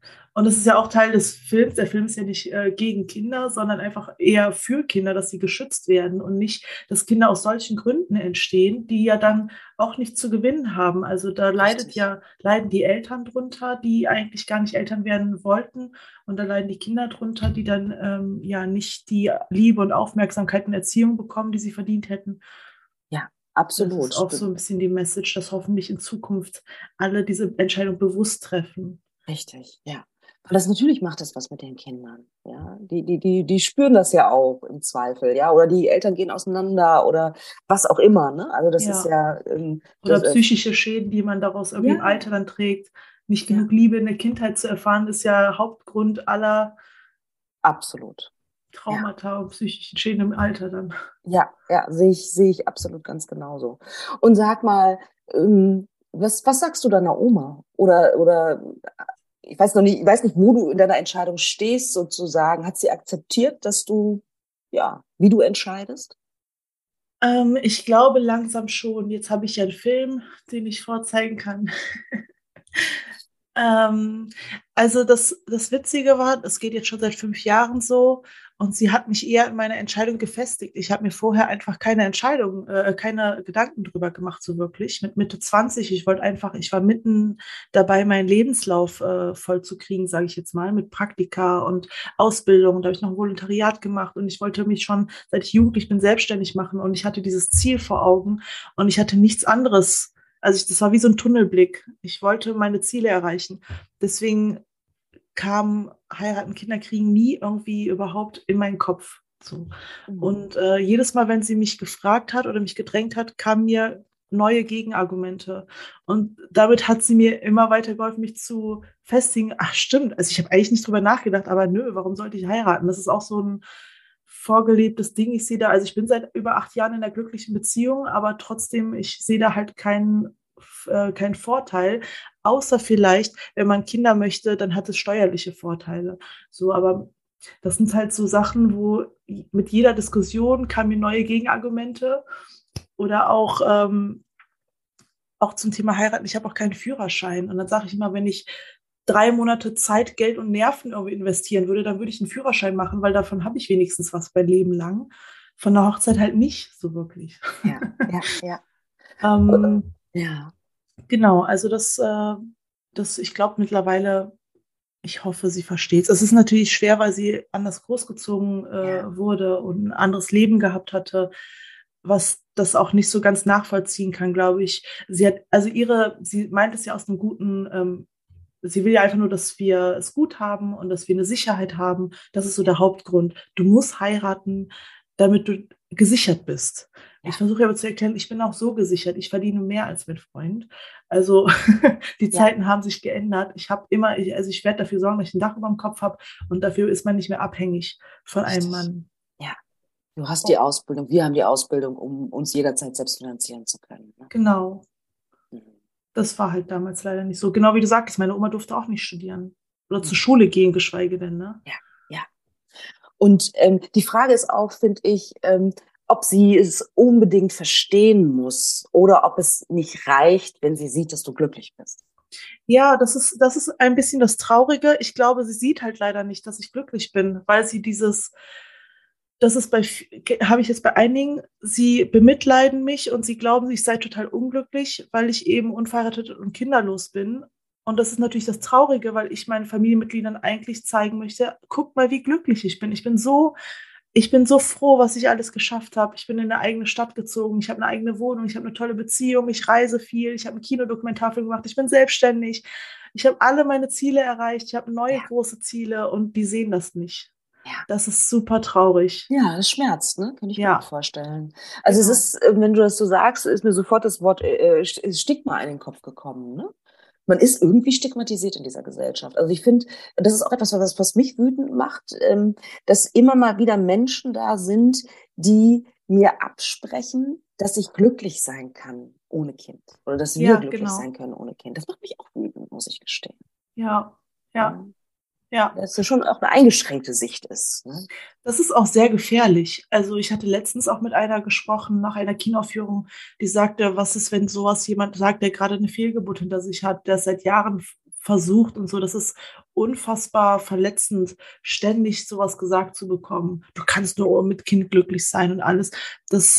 Und das ist ja auch Teil des Films. Der Film ist ja nicht gegen Kinder, sondern einfach eher für Kinder, dass sie geschützt werden und nicht, dass Kinder aus solchen Gründen entstehen, die ja dann auch nichts zu gewinnen haben. Also da Richtig. leiden die Eltern drunter, die eigentlich gar nicht Eltern werden wollten. Und da leiden die Kinder drunter, die dann ja nicht die Liebe und Aufmerksamkeit und Erziehung bekommen, die sie verdient hätten. Ja, Das ist absolut. auch so ein bisschen die Message, dass hoffentlich in Zukunft alle diese Entscheidung bewusst treffen. Richtig, ja. Weil das natürlich macht das was mit den Kindern. Ja, die spüren das ja auch im Zweifel, ja. Oder die Eltern gehen auseinander oder was auch immer, ne? Also das ist Ja. ja, Oder psychische Schäden, die man daraus irgendwie im ja, Alter dann trägt. Nicht ja, genug Liebe in der Kindheit zu erfahren, ist ja Hauptgrund aller absolut. Ja, Traumata und psychischen Schäden im Alter dann. ja, sehe ich absolut ganz genauso. Und sag mal, was sagst du deiner Oma? Oder ich weiß noch nicht, ich weiß nicht, wo du in deiner Entscheidung stehst, sozusagen. Hat sie akzeptiert, dass du, ja, wie du entscheidest? Ich glaube langsam schon. Jetzt habe ich ja einen Film, den ich vorzeigen kann. Ähm, also das Witzige war, es geht jetzt schon seit 5 Jahren so und sie hat mich eher in meiner Entscheidung gefestigt. Ich habe mir vorher einfach keine Gedanken drüber gemacht, so wirklich. Mit Mitte 20, ich war mitten dabei, meinen Lebenslauf voll zu kriegen, sage ich jetzt mal, mit Praktika und Ausbildung. Da habe ich noch ein Volontariat gemacht und ich wollte mich schon, seit ich jugendlich bin, selbstständig machen und ich hatte dieses Ziel vor Augen und ich hatte nichts anderes. Das war wie so ein Tunnelblick. Ich wollte meine Ziele erreichen. Deswegen kam Heiraten, Kinder kriegen nie irgendwie überhaupt in meinen Kopf. So. Mhm. Und jedes Mal, wenn sie mich gefragt hat oder mich gedrängt hat, kamen mir neue Gegenargumente. Und damit hat sie mir immer weiter geholfen, mich zu festigen. Ach, stimmt. Also ich habe eigentlich nicht drüber nachgedacht, aber nö, warum sollte ich heiraten? Das ist auch so ein vorgelebtes Ding. Ich sehe da, also ich bin seit über 8 Jahren in einer glücklichen Beziehung, aber trotzdem, ich sehe da halt keinen Vorteil, außer vielleicht, wenn man Kinder möchte, dann hat es steuerliche Vorteile. So, aber das sind halt so Sachen, wo mit jeder Diskussion kamen mir neue Gegenargumente oder auch zum Thema heiraten. Ich habe auch keinen Führerschein und dann sage ich immer, wenn ich 3 Monate Zeit, Geld und Nerven irgendwie investieren würde, dann würde ich einen Führerschein machen, weil davon habe ich wenigstens was mein Leben lang. Von der Hochzeit halt nicht so wirklich. Ja, ja, ja. Ähm, Ja, genau, also ich glaube mittlerweile, ich hoffe, sie versteht es. Es ist natürlich schwer, weil sie anders großgezogen ja, wurde und ein anderes Leben gehabt hatte, was das auch nicht so ganz nachvollziehen kann, glaube ich. Sie meint es ja aus einem sie will ja einfach nur, dass wir es gut haben und dass wir eine Sicherheit haben. Das ist so der Hauptgrund. Du musst heiraten, damit du gesichert bist. Ich ja, versuche aber zu erklären, ich bin auch so gesichert. Ich verdiene mehr als mein Freund. Also die ja, Zeiten haben sich geändert. Ich werde dafür sorgen, dass ich ein Dach über dem Kopf habe und dafür ist man nicht mehr abhängig von einem richtig. Mann. Ja, du hast die Oh, Ausbildung, wir haben die Ausbildung, um uns jederzeit selbst finanzieren zu können. Ne? genau. Mhm. Das war halt damals leider nicht so. Genau wie du sagtest, meine Oma durfte auch nicht studieren oder zur Mhm. Schule gehen, geschweige denn, ne? Ja, ja. Und die Frage ist auch, finde ich, ob sie es unbedingt verstehen muss oder ob es nicht reicht, wenn sie sieht, dass du glücklich bist. Ja, das ist ein bisschen das Traurige. Ich glaube, sie sieht halt leider nicht, dass ich glücklich bin, weil sie das ist habe ich jetzt bei einigen, sie bemitleiden mich und sie glauben, ich sei total unglücklich, weil ich eben unverheiratet und kinderlos bin. Und das ist natürlich das Traurige, weil ich meinen Familienmitgliedern eigentlich zeigen möchte, guck mal, wie glücklich ich bin. Ich bin so froh, was ich alles geschafft habe. Ich bin in eine eigene Stadt gezogen. Ich habe eine eigene Wohnung. Ich habe eine tolle Beziehung. Ich reise viel. Ich habe einen Kinodokumentarfilm gemacht. Ich bin selbstständig. Ich habe alle meine Ziele erreicht. Ich habe neue Ja, große Ziele und die sehen das nicht. ja. Das ist super traurig. Ja, das schmerzt, ne? Kann ich mir auch Ja, vorstellen. Also es genau. ist, wenn du das so sagst, ist mir sofort das Wort Stigma in den Kopf gekommen, ne? Man ist irgendwie stigmatisiert in dieser Gesellschaft. Also ich finde, das ist auch etwas, was mich wütend macht, dass immer mal wieder Menschen da sind, die mir absprechen, dass ich glücklich sein kann ohne Kind oder dass wir Ja, glücklich sein genau. können ohne Kind. Das macht mich auch wütend, muss ich gestehen. Ja, ja, Ja, ja. dass es schon auch eine eingeschränkte Sicht ist. Ne? Das ist auch sehr gefährlich. Also ich hatte letztens auch mit einer gesprochen nach einer Kinoaufführung, die sagte, was ist, wenn sowas jemand sagt, der gerade eine Fehlgeburt hinter sich hat, der es seit Jahren versucht und so. Das ist unfassbar verletzend, ständig sowas gesagt zu bekommen. Du kannst nur mit Kind glücklich sein und alles. Das,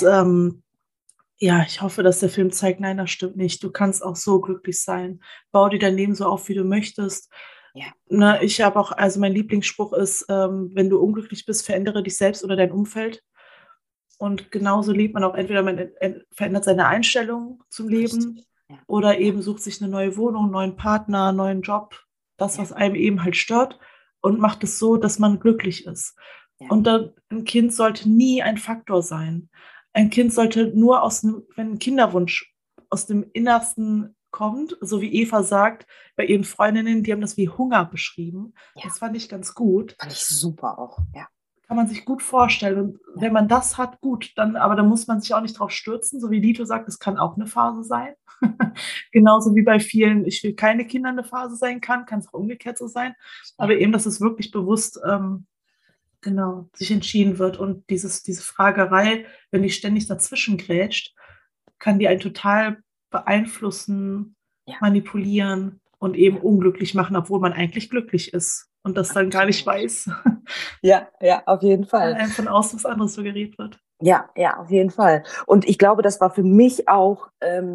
ja, ich hoffe, dass der Film zeigt, nein, das stimmt nicht. Du kannst auch so glücklich sein. Bau dir dein Leben so auf, wie du möchtest. Ja. Ne, ich habe auch, also mein Lieblingsspruch ist, wenn du unglücklich bist, verändere dich selbst oder dein Umfeld. Und genauso lebt man auch, entweder man verändert seine Einstellung zum Leben Richtig. Ja. oder eben sucht sich eine neue Wohnung, einen neuen Partner, einen neuen Job, das, Ja. was einem eben halt stört und macht es so, dass man glücklich ist. Ja. Und dann, ein Kind sollte nie ein Faktor sein. Ein Kind sollte nur wenn ein Kinderwunsch aus dem Innersten kommt, so wie Eva sagt, bei ihren Freundinnen, die haben das wie Hunger beschrieben. Ja. Das fand ich ganz gut. Fand ich super auch, ja. Kann man sich gut vorstellen. Und wenn man das hat, gut, aber dann muss man sich auch nicht drauf stürzen, so wie Lito sagt, es kann auch eine Phase sein. Genauso wie bei vielen, ich will keine Kinder eine Phase sein kann es auch umgekehrt so sein. Aber eben, dass es wirklich bewusst genau, sich entschieden wird. Und diese Fragerei, wenn die ständig dazwischen grätscht, kann die einen total beeinflussen, manipulieren und eben unglücklich machen, obwohl man eigentlich glücklich ist und das dann gar nicht weiß. Ja, auf jeden Fall. Weil einem von außen was anderes suggeriert wird. Ja, auf jeden Fall. Und ich glaube, das war für mich auch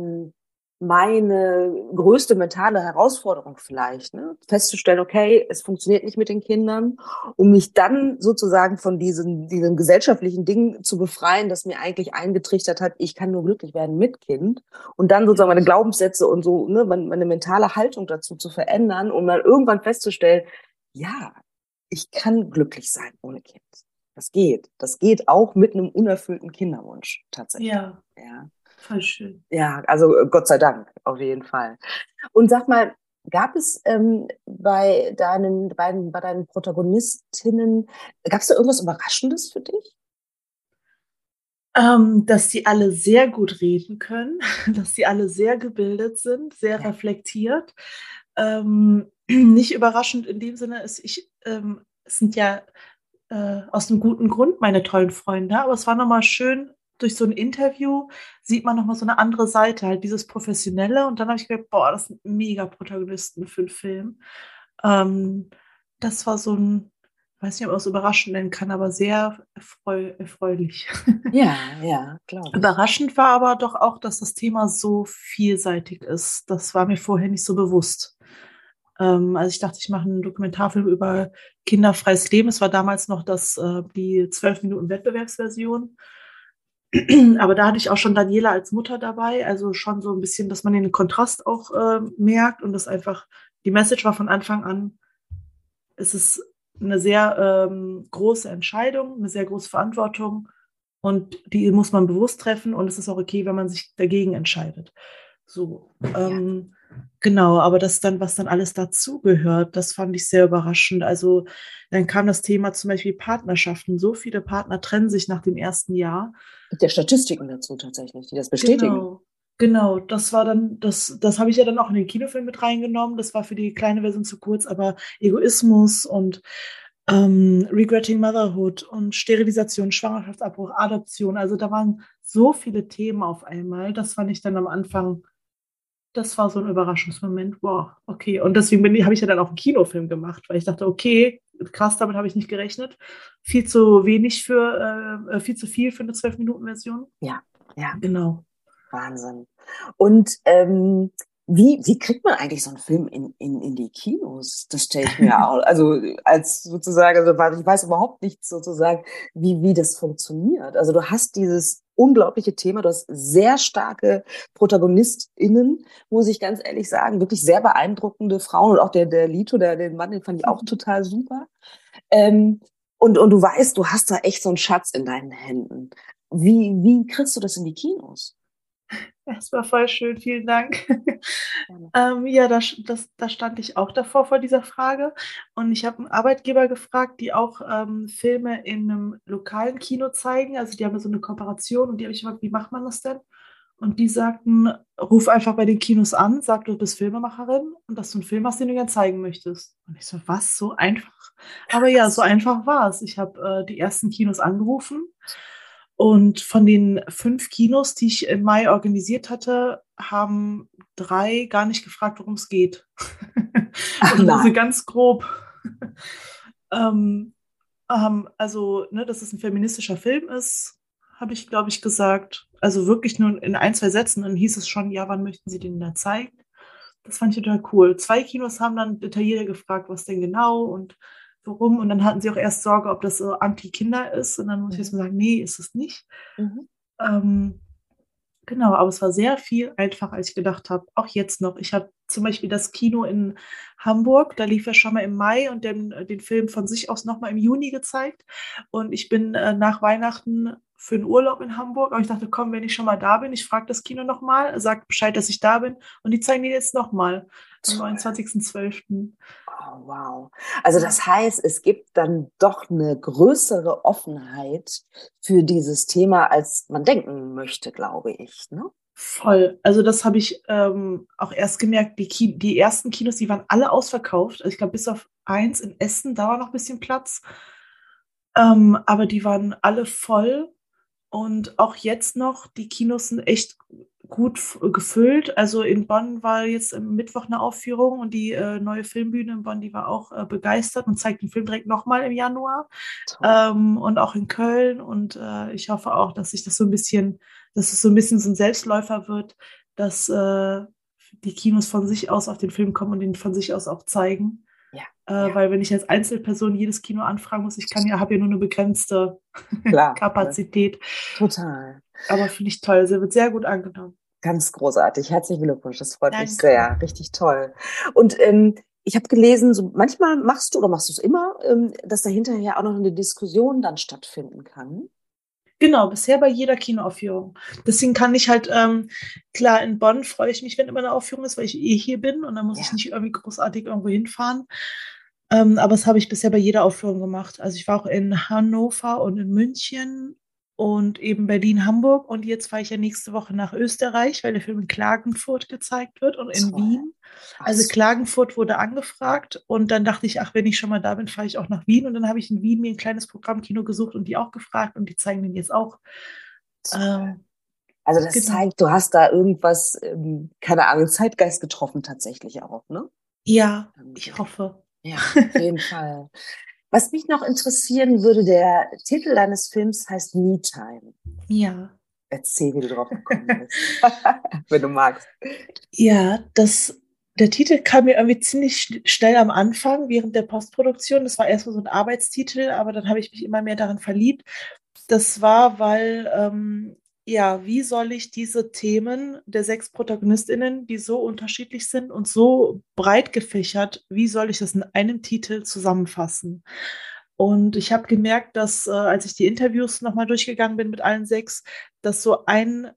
meine größte mentale Herausforderung vielleicht, ne? Festzustellen, okay, es funktioniert nicht mit den Kindern, um mich dann sozusagen von diesen gesellschaftlichen Dingen zu befreien, das mir eigentlich eingetrichtert hat, ich kann nur glücklich werden mit Kind. Und dann sozusagen meine Glaubenssätze und so, ne, meine mentale Haltung dazu zu verändern, um dann irgendwann festzustellen, ja, ich kann glücklich sein ohne Kind. Das geht. Das geht auch mit einem unerfüllten Kinderwunsch tatsächlich. Ja. Ja. Voll schön. Ja, also Gott sei Dank, auf jeden Fall. Und sag mal, gab es bei deinen Protagonistinnen, gab es da irgendwas Überraschendes für dich? Dass die alle sehr gut reden können, dass die alle sehr gebildet sind, sehr reflektiert. Nicht überraschend in dem Sinne, es sind ja aus einem guten Grund meine tollen Freunde, aber es war nochmal schön, durch so ein Interview sieht man nochmal so eine andere Seite, halt dieses Professionelle. Und dann habe ich gedacht, boah, das sind mega Protagonisten für einen Film. Das war so ein, ich weiß nicht, ob man es überraschend nennen kann, aber sehr erfreulich. Ja, glaube ich. Überraschend war aber doch auch, dass das Thema so vielseitig ist. Das war mir vorher nicht so bewusst. Also ich dachte, ich mache einen Dokumentarfilm über kinderfreies Leben. Es war damals noch die 12 Minuten Wettbewerbsversion. Aber da hatte ich auch schon Daniela als Mutter dabei, also schon so ein bisschen, dass man den Kontrast auch merkt und das einfach, die Message war von Anfang an, es ist eine sehr große Entscheidung, eine sehr große Verantwortung und die muss man bewusst treffen und es ist auch okay, wenn man sich dagegen entscheidet. So, genau, aber was dann alles dazugehört, das fand ich sehr überraschend. Also dann kam das Thema zum Beispiel Partnerschaften. So viele Partner trennen sich nach dem ersten Jahr. Gibt ja Statistiken dazu tatsächlich, die das bestätigen. Genau, das war dann, das habe ich ja dann auch in den Kinofilm mit reingenommen. Das war für die kleine Version zu kurz, aber Egoismus und Regretting Motherhood und Sterilisation, Schwangerschaftsabbruch, Adoption. Also da waren so viele Themen auf einmal. Das fand ich dann am Anfang, das war so ein Überraschungsmoment. Wow, okay. Und deswegen habe ich ja dann auch einen Kinofilm gemacht, weil ich dachte, okay, krass, damit habe ich nicht gerechnet. Viel zu wenig viel zu viel für eine 12-Minuten-Version. Ja. Genau. Wahnsinn. Und wie kriegt man eigentlich so einen Film in die Kinos? Das stelle ich mir auch, also als sozusagen, also ich weiß überhaupt nicht sozusagen, wie das funktioniert. Also du hast dieses unglaubliche Thema, du hast sehr starke ProtagonistInnen, muss ich ganz ehrlich sagen, wirklich sehr beeindruckende Frauen und auch der Lito, den Mann, den fand ich auch total super. Und du weißt, du hast da echt so einen Schatz in deinen Händen. Wie kriegst du das in die Kinos? Das war voll schön, vielen Dank. Ja, da stand ich auch davor vor dieser Frage. Und ich habe einen Arbeitgeber gefragt, die auch Filme in einem lokalen Kino zeigen. Also die haben so eine Kooperation und die habe ich gefragt, wie macht man das denn? Und die sagten, ruf einfach bei den Kinos an, sag, du bist Filmemacherin und dass du einen Film hast, den du gerne zeigen möchtest. Und ich so, was, so einfach? Aber ja, so einfach war es. Ich habe die ersten Kinos angerufen. Und von den 5 Kinos, die ich im Mai organisiert hatte, haben 3 gar nicht gefragt, worum es geht. Ach Oder nur so nein. ganz grob. ähm, also, ne, dass es ein feministischer Film ist, habe ich, glaube ich, gesagt. Also wirklich nur in ein, zwei Sätzen. Dann hieß es schon, ja, wann möchten Sie den da zeigen? Das fand ich total cool. Zwei Kinos haben dann detaillierter gefragt, was denn genau und warum. Und dann hatten sie auch erst Sorge, ob das so Anti-Kinder ist. Und dann muss ich jetzt Mhm. mal sagen, nee, ist es nicht. Mhm. Ähm, Genau, aber es war sehr viel einfacher, als ich gedacht habe. Auch jetzt noch. Ich habe zum Beispiel das Kino in Hamburg, da lief er schon mal im Mai und den Film von sich aus noch mal im Juni gezeigt. Und ich bin nach Weihnachten für einen Urlaub in Hamburg. Aber ich dachte, komm, wenn ich schon mal da bin, ich frage das Kino noch mal, sag Bescheid, dass ich da bin. Und die zeigen den jetzt noch mal am Toll. 29.12. Oh, wow. Also Ja. das heißt, es gibt dann doch eine größere Offenheit für dieses Thema, als man denken möchte, glaube ich. Ne? Voll. Also das habe ich auch erst gemerkt. Die ersten Kinos, die waren alle ausverkauft. Also ich glaube, bis auf eins in Essen, da war noch ein bisschen Platz. Aber die waren alle voll. Und auch jetzt noch, die Kinos sind echt gut gefüllt. Also in Bonn war jetzt am Mittwoch eine Aufführung und die neue Filmbühne in Bonn, die war auch begeistert und zeigt den Film direkt nochmal im Januar. Toll. Und auch in Köln. Und ich hoffe auch, dass sich das so ein bisschen, dass es so ein bisschen so ein Selbstläufer wird, dass die Kinos von sich aus auf den Film kommen und den von sich aus auch zeigen. Ja, ja, Weil wenn ich als Einzelperson jedes Kino anfragen muss, habe ja nur eine begrenzte klar. Ne? Kapazität. Total. Aber finde ich toll. Sie wird sehr gut angenommen. Ganz großartig. Herzlichen Glückwunsch. Das freut mich Danke. sehr. Richtig toll. Und ich habe gelesen, so manchmal machst du oder machst du es immer, dass da hinterher auch noch eine Diskussion dann stattfinden kann. Genau, bisher bei jeder Kinoaufführung. Deswegen kann ich halt, klar, in Bonn freue ich mich, wenn immer eine Aufführung ist, weil ich eh hier bin und dann muss ich Ja, nicht irgendwie großartig irgendwo hinfahren. Aber das habe ich bisher bei jeder Aufführung gemacht. Also ich war auch in Hannover und in München und eben Berlin, Hamburg. Und jetzt fahre ich ja nächste Woche nach Österreich, weil der Film in Klagenfurt gezeigt wird und in toll. Wien. Ach Also super. Klagenfurt wurde angefragt und dann dachte ich, ach, wenn ich schon mal da bin, fahre ich auch nach Wien. Und dann habe ich in Wien mir ein kleines Programmkino gesucht und die auch gefragt und die zeigen den jetzt auch. Toll. Ähm, Also das genau. zeigt, du hast da irgendwas, keine Ahnung, Zeitgeist getroffen tatsächlich auch, ne? Ja, So. ich hoffe. Ja, auf jeden Fall. Was mich noch interessieren würde, der Titel deines Films heißt Me Time. Ja. Erzähl, wie du drauf gekommen bist, wenn du magst. Ja, der Titel kam mir irgendwie ziemlich schnell am Anfang während der Postproduktion. Das war erstmal so ein Arbeitstitel, aber dann habe ich mich immer mehr darin verliebt. Das war, weil, ja, wie soll ich diese Themen der sechs ProtagonistInnen, die so unterschiedlich sind und so breit gefächert, wie soll ich das in einem Titel zusammenfassen? Und ich habe gemerkt, dass, als ich die Interviews nochmal durchgegangen bin mit allen sechs, dass so ein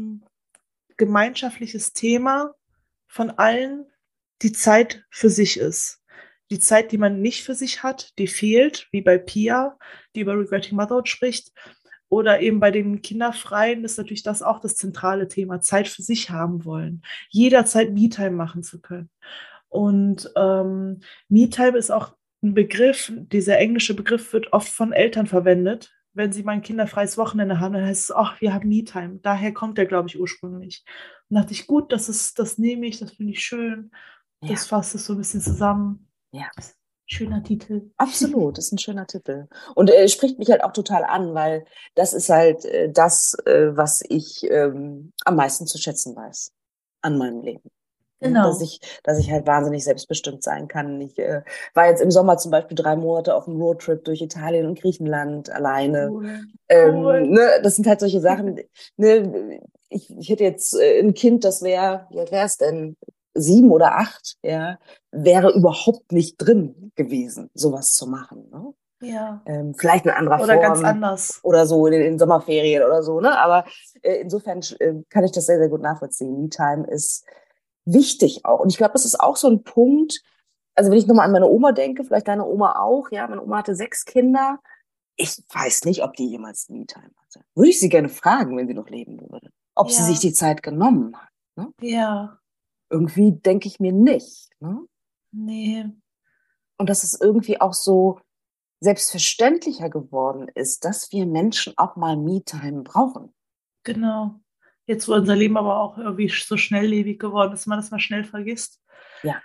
gemeinschaftliches Thema von allen die Zeit für sich ist. Die Zeit, die man nicht für sich hat, die fehlt, wie bei Pia, die über Regretting Motherhood spricht. Oder eben bei den Kinderfreien ist natürlich das auch das zentrale Thema, Zeit für sich haben wollen, jederzeit Me-Time machen zu können. Und Me-Time ist auch ein Begriff, dieser englische Begriff wird oft von Eltern verwendet. Wenn sie mal ein kinderfreies Wochenende haben, dann heißt es, ach, wir haben Me-Time. Daher kommt der, glaube ich, ursprünglich. Und dachte ich, gut, das nehme ich, das finde ich schön. Das Ja, fasst es so ein bisschen zusammen. ja. Schöner Titel. Absolut, das ist ein schöner Titel. Und spricht mich halt auch total an, weil das ist halt das, was ich am meisten zu schätzen weiß an meinem Leben. Ne? Genau. Dass ich halt wahnsinnig selbstbestimmt sein kann. Ich war jetzt im Sommer zum Beispiel 3 Monate auf einem Roadtrip durch Italien und Griechenland alleine. Cool. Cool. Ne, das sind halt solche Sachen. Ne, ich hätte jetzt ein Kind, das wäre, wie alt wäre es denn? 7 oder 8, ja, wäre überhaupt nicht drin gewesen, sowas zu machen. Ne? Ja. Vielleicht in anderer Oder ganz Form anders. oder so in den Sommerferien oder so, ne? Aber insofern kann ich das sehr, sehr gut nachvollziehen. Me-Time ist wichtig auch. Und ich glaube, das ist auch so ein Punkt, also wenn ich nochmal an meine Oma denke, vielleicht deine Oma auch, ja, meine Oma hatte 6 Kinder. Ich weiß nicht, ob die jemals Me-Time hatte. Würde ich sie gerne fragen, wenn sie noch leben würde. Ob sie sich Ja. die Zeit genommen hat. Ne? Ja. Irgendwie denke ich mir nicht. Ne? Nee. Und dass es irgendwie auch so selbstverständlicher geworden ist, dass wir Menschen auch mal Me-Time brauchen. Genau. Jetzt, wo unser Leben aber auch irgendwie so schnelllebig geworden ist, man das mal schnell vergisst. Ja,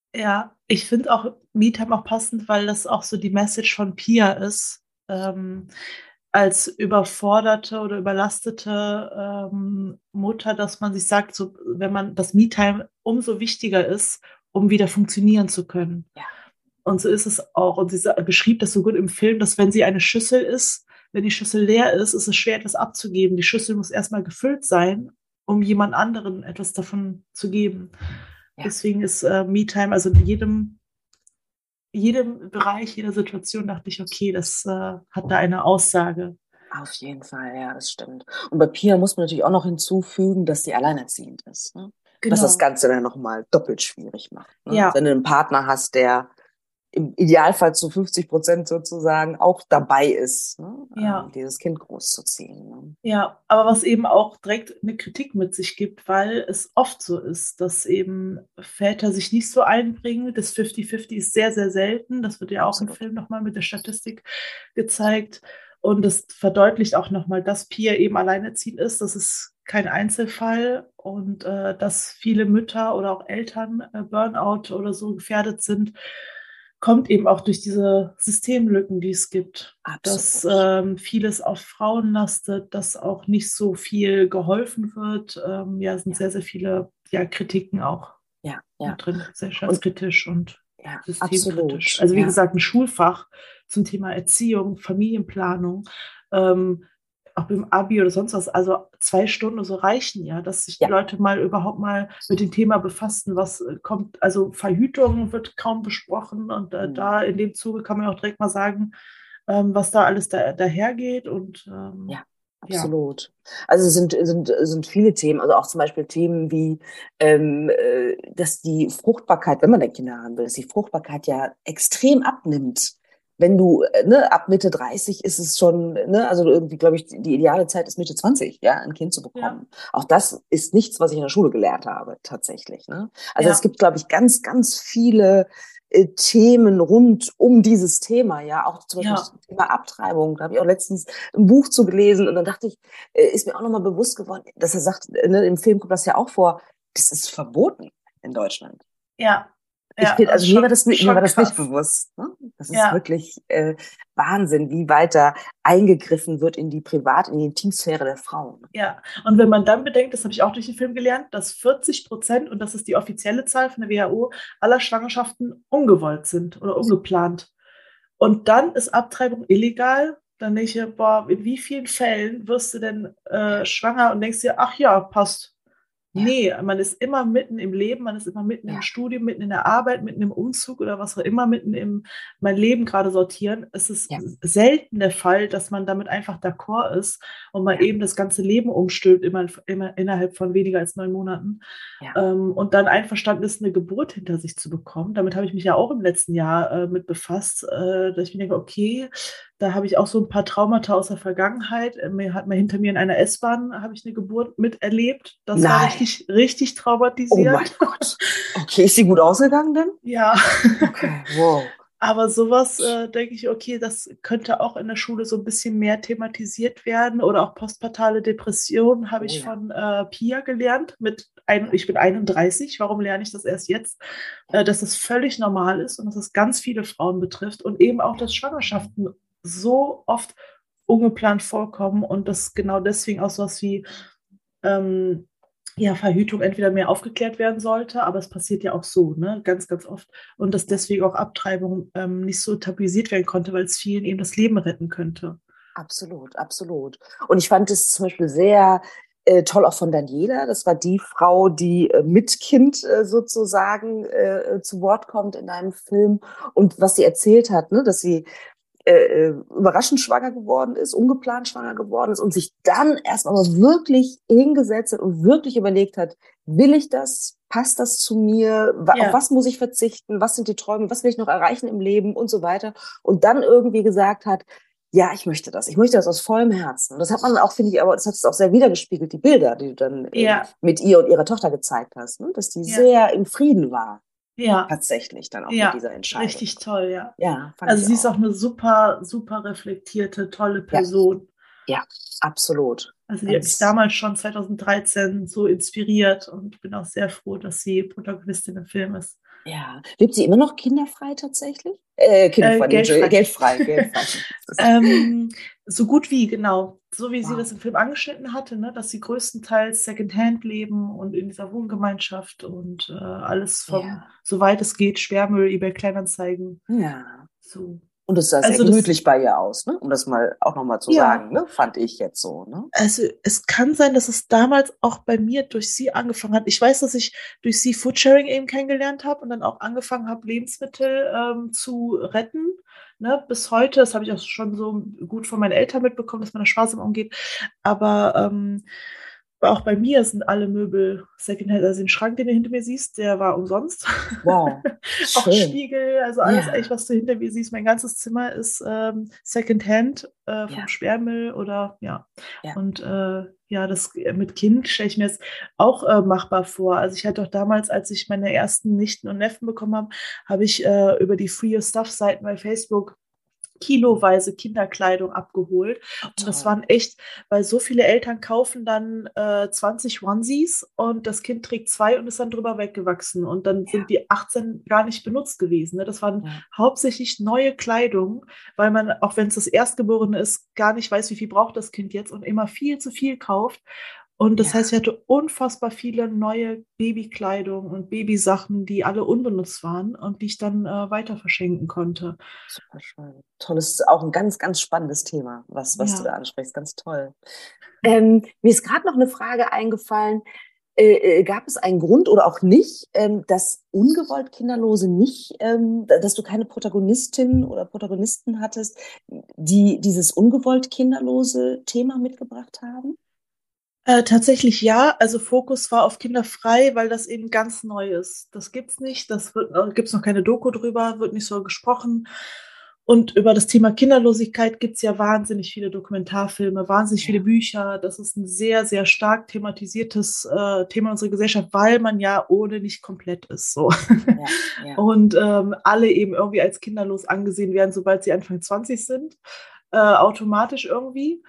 Ja, ich finde auch Me-Time auch passend, weil das auch so die Message von Pia ist. Ähm, als überforderte oder überlastete Mutter, dass man sich sagt, so, wenn man das Me-Time umso wichtiger ist, um wieder funktionieren zu können. Ja, Und so ist es auch. Und beschrieb das so gut im Film, dass wenn sie eine Schüssel ist, wenn die Schüssel leer ist es schwer, etwas abzugeben. Die Schüssel muss erstmal gefüllt sein, um jemand anderen etwas davon zu geben. ja. Deswegen ist Me-Time, also in jedem Bereich, jeder Situation dachte ich, okay, das hat da eine Aussage. Auf jeden Fall, ja, das stimmt. Und bei Pia muss man natürlich auch noch hinzufügen, dass sie alleinerziehend ist, ne? Was das Genau. Ganze dann nochmal doppelt schwierig macht, ne? Ja, Wenn du einen Partner hast, der im Idealfall zu 50% sozusagen auch dabei ist, ne? ja. Dieses Kind großzuziehen. Ne? Ja, aber was eben auch direkt eine Kritik mit sich gibt, weil es oft so ist, dass eben Väter sich nicht so einbringen. Das 50-50 ist sehr, sehr selten. Das wird ja auch im Absolut. Film nochmal mit der Statistik gezeigt. Und das verdeutlicht auch nochmal, dass Pia eben alleinerziehend ist. Das ist kein Einzelfall und dass viele Mütter oder auch Eltern Burnout oder so gefährdet sind, kommt eben auch durch diese Systemlücken, die es gibt, dass Absolut. vieles auf Frauen lastet, dass auch nicht so viel geholfen wird. Ja, es sind Ja, sehr, sehr viele ja, Kritiken auch ja, ja. mit drin, Und gesellschaftskritisch und ja, systemkritisch. absolut. Also wie Ja, gesagt, ein Schulfach zum Thema Erziehung, Familienplanung, ähm, auch im Abi oder sonst was, also 2 Stunden so reichen ja, dass sich die ja. Leute mal überhaupt mal mit dem Thema befassen, was kommt, also Verhütung wird kaum besprochen und Hm. da in dem Zuge kann man auch direkt mal sagen, was da alles dahergeht und Ja, ja, absolut. Also es sind viele Themen, also auch zum Beispiel Themen wie, dass die Fruchtbarkeit, wenn man denn Kinder haben will, dass die Fruchtbarkeit ja extrem abnimmt. Wenn du, ne, ab Mitte 30 ist es schon, ne, also irgendwie, glaube ich, die ideale Zeit ist Mitte 20, ja, ein Kind zu ja, bekommen. Auch das ist nichts, was ich in der Schule gelernt habe, tatsächlich, ne? Also es ja, gibt, glaube ich, ganz, ganz viele Themen rund um dieses Thema, ja, auch zum Beispiel das ja, Thema Abtreibung. Da habe ich auch letztens ein Buch zu gelesen und dann dachte ich, ist mir auch nochmal bewusst geworden, dass er sagt, ne, im Film kommt das ja auch vor, das ist verboten in Deutschland. ja, Ich ja, finde, das also ist mir war schon das nicht krass. bewusst. Ne? Das ist Ja. wirklich Wahnsinn, wie weit da eingegriffen wird in die in die Intimsphäre der Frauen. Ja, und wenn man dann bedenkt, das habe ich auch durch den Film gelernt, dass 40%, und das ist die offizielle Zahl von der WHO, aller Schwangerschaften ungewollt sind oder ungeplant. Und dann ist Abtreibung illegal. Dann denke ich, mir, boah, in wie vielen Fällen wirst du denn Ja, schwanger und denkst dir, ach ja, passt. ja, Nee, man ist immer mitten im Leben, man ist immer mitten im ja, Studium, mitten in der Arbeit, mitten im Umzug oder was auch immer, mitten im mein Leben gerade sortieren. Es ist ja, selten der Fall, dass man damit einfach d'accord ist und mal ja, eben das ganze Leben umstülpt, immer innerhalb von weniger als 9 Monaten. ja. Und dann einverstanden ist, eine Geburt hinter sich zu bekommen. Damit habe ich mich ja auch im letzten Jahr mit befasst, dass ich mir denke, okay, da habe ich auch so ein paar Traumata aus der Vergangenheit. Hinter mir in einer S-Bahn habe ich eine Geburt miterlebt. Das war Nein. richtig, richtig Oh mein traumatisierend. Gott. Okay, ist sie gut ausgegangen denn? Ja. Okay, wow. Aber sowas denke ich, okay, das könnte auch in der Schule so ein bisschen mehr thematisiert werden. Oder auch postpartale Depression habe Oh ich ja, von Pia gelernt. ja, Ich bin 31, warum lerne ich das erst jetzt? ja, Dass es völlig normal ist und dass es ganz viele Frauen betrifft und eben auch, ja. dass Schwangerschaften so oft ungeplant vorkommen und dass genau deswegen auch sowas wie ähm, ja, Verhütung entweder mehr aufgeklärt werden sollte, aber es passiert ja auch so, ne, ganz, ganz oft. Und dass Ja. deswegen auch Abtreibung nicht so tabuisiert werden konnte, weil es vielen eben das Leben retten könnte. Absolut, absolut. Und ich fand es zum Beispiel sehr toll auch von Daniela. Das war die Frau, die mit Kind sozusagen zu Wort kommt in einem Film. Und was sie erzählt hat, ne, dass sie überraschend schwanger geworden ist, ungeplant schwanger geworden ist und sich dann erst aber wirklich hingesetzt hat und wirklich überlegt hat, will ich das? Passt das zu mir? Auf Ja, was muss ich verzichten? Was sind die Träume? Was will ich noch erreichen im Leben und so weiter? Und dann irgendwie gesagt hat, ja, ich möchte das. Ich möchte das aus vollem Herzen. Und das hat man auch, finde ich, aber das hat es auch sehr widergespiegelt, die Bilder, die du dann ja, mit ihr und ihrer Tochter gezeigt hast, ne? Dass die ja, sehr im Frieden war, ja, tatsächlich dann auch mit ja, dieser Entscheidung. richtig toll, ja. Ja, fand Also ich sie ist auch auch. eine super, super reflektierte, tolle Ja, Person. ja, absolut. Also die hat mich Ganz, damals schon 2013 so inspiriert und bin auch sehr froh, dass sie Protagonistin im Film ist. Ja. Lebt sie immer noch kinderfrei tatsächlich? Kinderfrei, nicht, Geldfrei. Geldfrei, geldfrei. So gut wie, genau. So wie sie das Wow. im Film angeschnitten hatte, ne, dass sie größtenteils Secondhand leben und in dieser Wohngemeinschaft und alles vom, Ja. soweit es geht, Sperrmüll, eBay Kleinanzeigen. Ja. So. Und es sah sehr Also das, gemütlich bei ihr aus, ne? Um das mal auch nochmal zu ja, sagen, ne? Fand ich jetzt so, ne? also es kann sein, dass es damals auch bei mir durch sie angefangen hat. Ich weiß, dass ich durch sie Foodsharing eben kennengelernt habe und dann auch angefangen habe, Lebensmittel zu retten. Ne, bis heute, das habe ich auch schon so gut von meinen Eltern mitbekommen, dass man da sparsam umgeht. Aber auch bei mir sind alle Möbel Secondhand. Also den Schrank, den du hinter mir siehst, der war umsonst. Wow. Auch Schön. Spiegel, also alles echt, Ja. was du hinter mir siehst. Mein ganzes Zimmer ist Secondhand vom Ja. Sperrmüll oder ja. Ja. Und ja, das mit Kind stelle ich mir jetzt auch machbar vor. Also ich hatte auch damals, als ich meine ersten Nichten und Neffen bekommen habe, habe ich über die Free Your Stuff Seiten bei Facebook kiloweise Kinderkleidung abgeholt. Und das Toll. waren echt, weil so viele Eltern kaufen dann 20 Onesies und das Kind trägt zwei und ist dann drüber weggewachsen. Und dann sind Ja. die 18 gar nicht benutzt gewesen. Ne? Das waren Ja. hauptsächlich neue Kleidung, weil man, auch wenn es das Erstgeborene ist, gar nicht weiß, wie viel braucht das Kind jetzt und immer viel zu viel kauft. Und das heißt, Ja. ich hatte unfassbar viele neue Babykleidung und Babysachen, die alle unbenutzt waren und die ich dann weiter verschenken konnte. Super schön. Tolles, auch ein ganz, ganz spannendes Thema, was du da Ja. ansprichst. Ganz toll. Mir ist gerade noch eine Frage eingefallen. Gab es einen Grund oder auch nicht, dass ungewollt Kinderlose nicht, dass du keine Protagonistin oder Protagonisten hattest, die dieses ungewollt Kinderlose Thema mitgebracht haben? Tatsächlich ja, also Fokus war auf kinderfrei, weil das eben ganz neu ist. Das gibt's nicht, gibt's noch keine Doku drüber, wird nicht so gesprochen. Und über das Thema Kinderlosigkeit gibt's ja wahnsinnig viele Dokumentarfilme, wahnsinnig viele Ja, Bücher. Das ist ein sehr, sehr stark thematisiertes Thema unserer Gesellschaft, weil man ja ohne nicht komplett ist. So. ja, ja. Und alle eben irgendwie als kinderlos angesehen werden, sobald sie Anfang 20 sind, automatisch irgendwie.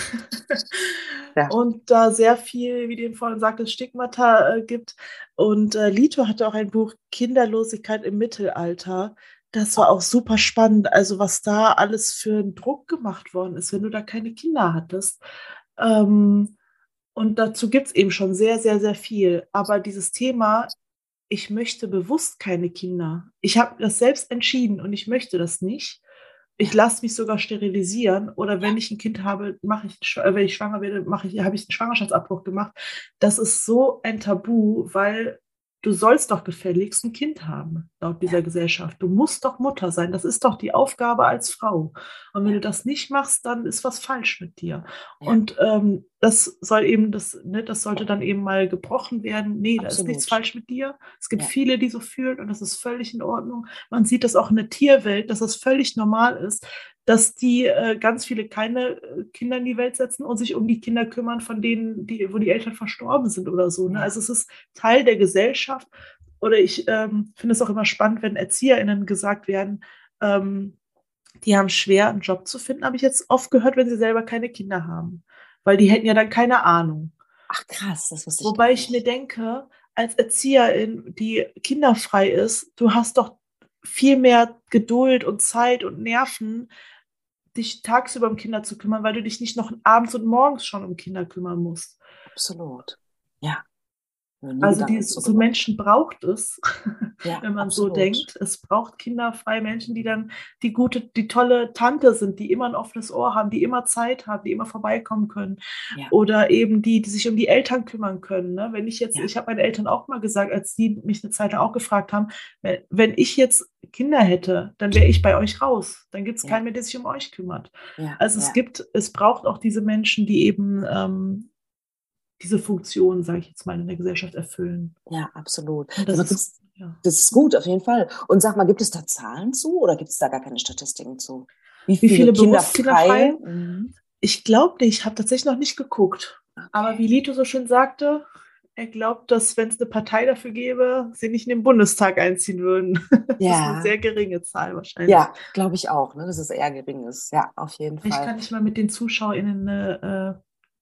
Ja. Und da sehr viel, wie du eben vorhin sagtest, Stigmata gibt. Und Lito hatte auch ein Buch Kinderlosigkeit im Mittelalter. Das war Oh, auch super spannend. Also was da alles für ein Druck gemacht worden ist, wenn du da keine Kinder hattest. Ähm, und dazu gibt es eben schon sehr, sehr, sehr viel. Aber dieses Thema, ich möchte bewusst keine Kinder. Ich habe das selbst entschieden und ich möchte das nicht. Ich ja, lasse mich sogar sterilisieren oder wenn ja, ich ein Kind habe, wenn ich schwanger werde, habe ich einen Schwangerschaftsabbruch gemacht. Das ist so ein Tabu, weil du sollst doch gefälligst ein Kind haben, laut dieser ja, Gesellschaft. Du musst doch Mutter sein. Das ist doch die Aufgabe als Frau. Und wenn ja, du das nicht machst, dann ist was falsch mit dir. ja, Und das soll eben, das sollte dann eben mal gebrochen werden. Nee, da ist nichts absolut. falsch mit dir. Es gibt Ja, viele, die so fühlen und das ist völlig in Ordnung. Man sieht das auch in der Tierwelt, dass das völlig normal ist, dass die ganz viele keine Kinder in die Welt setzen und sich um die Kinder kümmern, von denen, wo die Eltern verstorben sind oder so. Ne? Also ja, es ist Teil der Gesellschaft. Oder ich finde es auch immer spannend, wenn ErzieherInnen gesagt werden, ähm, die haben schwer, einen Job zu finden, habe ich jetzt oft gehört, wenn sie selber keine Kinder haben. Weil die hätten ja dann keine Ahnung. ach krass, das wusste ich Wobei gar ich mir nicht. denke, als Erzieherin, die kinderfrei ist, du hast doch viel mehr Geduld und Zeit und Nerven, dich tagsüber um Kinder zu kümmern, weil du dich nicht noch abends und morgens schon um Kinder kümmern musst. Absolut. Ja, mir nie Also Gedanken so zugemacht. Menschen braucht es, Ja, wenn man so absolut. denkt. Es braucht kinderfreie Menschen, die dann die tolle Tante sind, die immer ein offenes Ohr haben, die immer Zeit haben, die immer vorbeikommen können. Ja, Oder eben die sich um die Eltern kümmern können. Ne? Wenn ich jetzt, ja, ich habe meinen Eltern auch mal gesagt, als die mich eine Zeit lang auch gefragt haben, wenn ich jetzt Kinder hätte, dann wäre ich bei euch raus. Dann gibt es ja, keinen mehr, der sich um euch kümmert. ja, Also ja, es braucht auch diese Menschen, die eben diese Funktion, sage ich jetzt mal, in der Gesellschaft erfüllen. ja, absolut. Und Sag das mal, ist, ja. das ist gut, auf jeden Fall. Und sag mal, gibt es da Zahlen zu oder gibt es da gar keine Statistiken zu? Wie Wie viele viele bewusst kinderfrei? kinderfreie? Mhm. Ich glaube nicht, ich habe tatsächlich noch nicht geguckt. Aber Okay. wie Lito so schön sagte, er glaubt, dass wenn es eine Partei dafür gäbe, sie nicht in den Bundestag einziehen würden. Das ist eine Ja, sehr geringe Zahl wahrscheinlich. ja, glaube ich auch, ne, dass es eher gering ist. Ja, auf jeden Ich Fall. kann nicht mal mit den ZuschauerInnen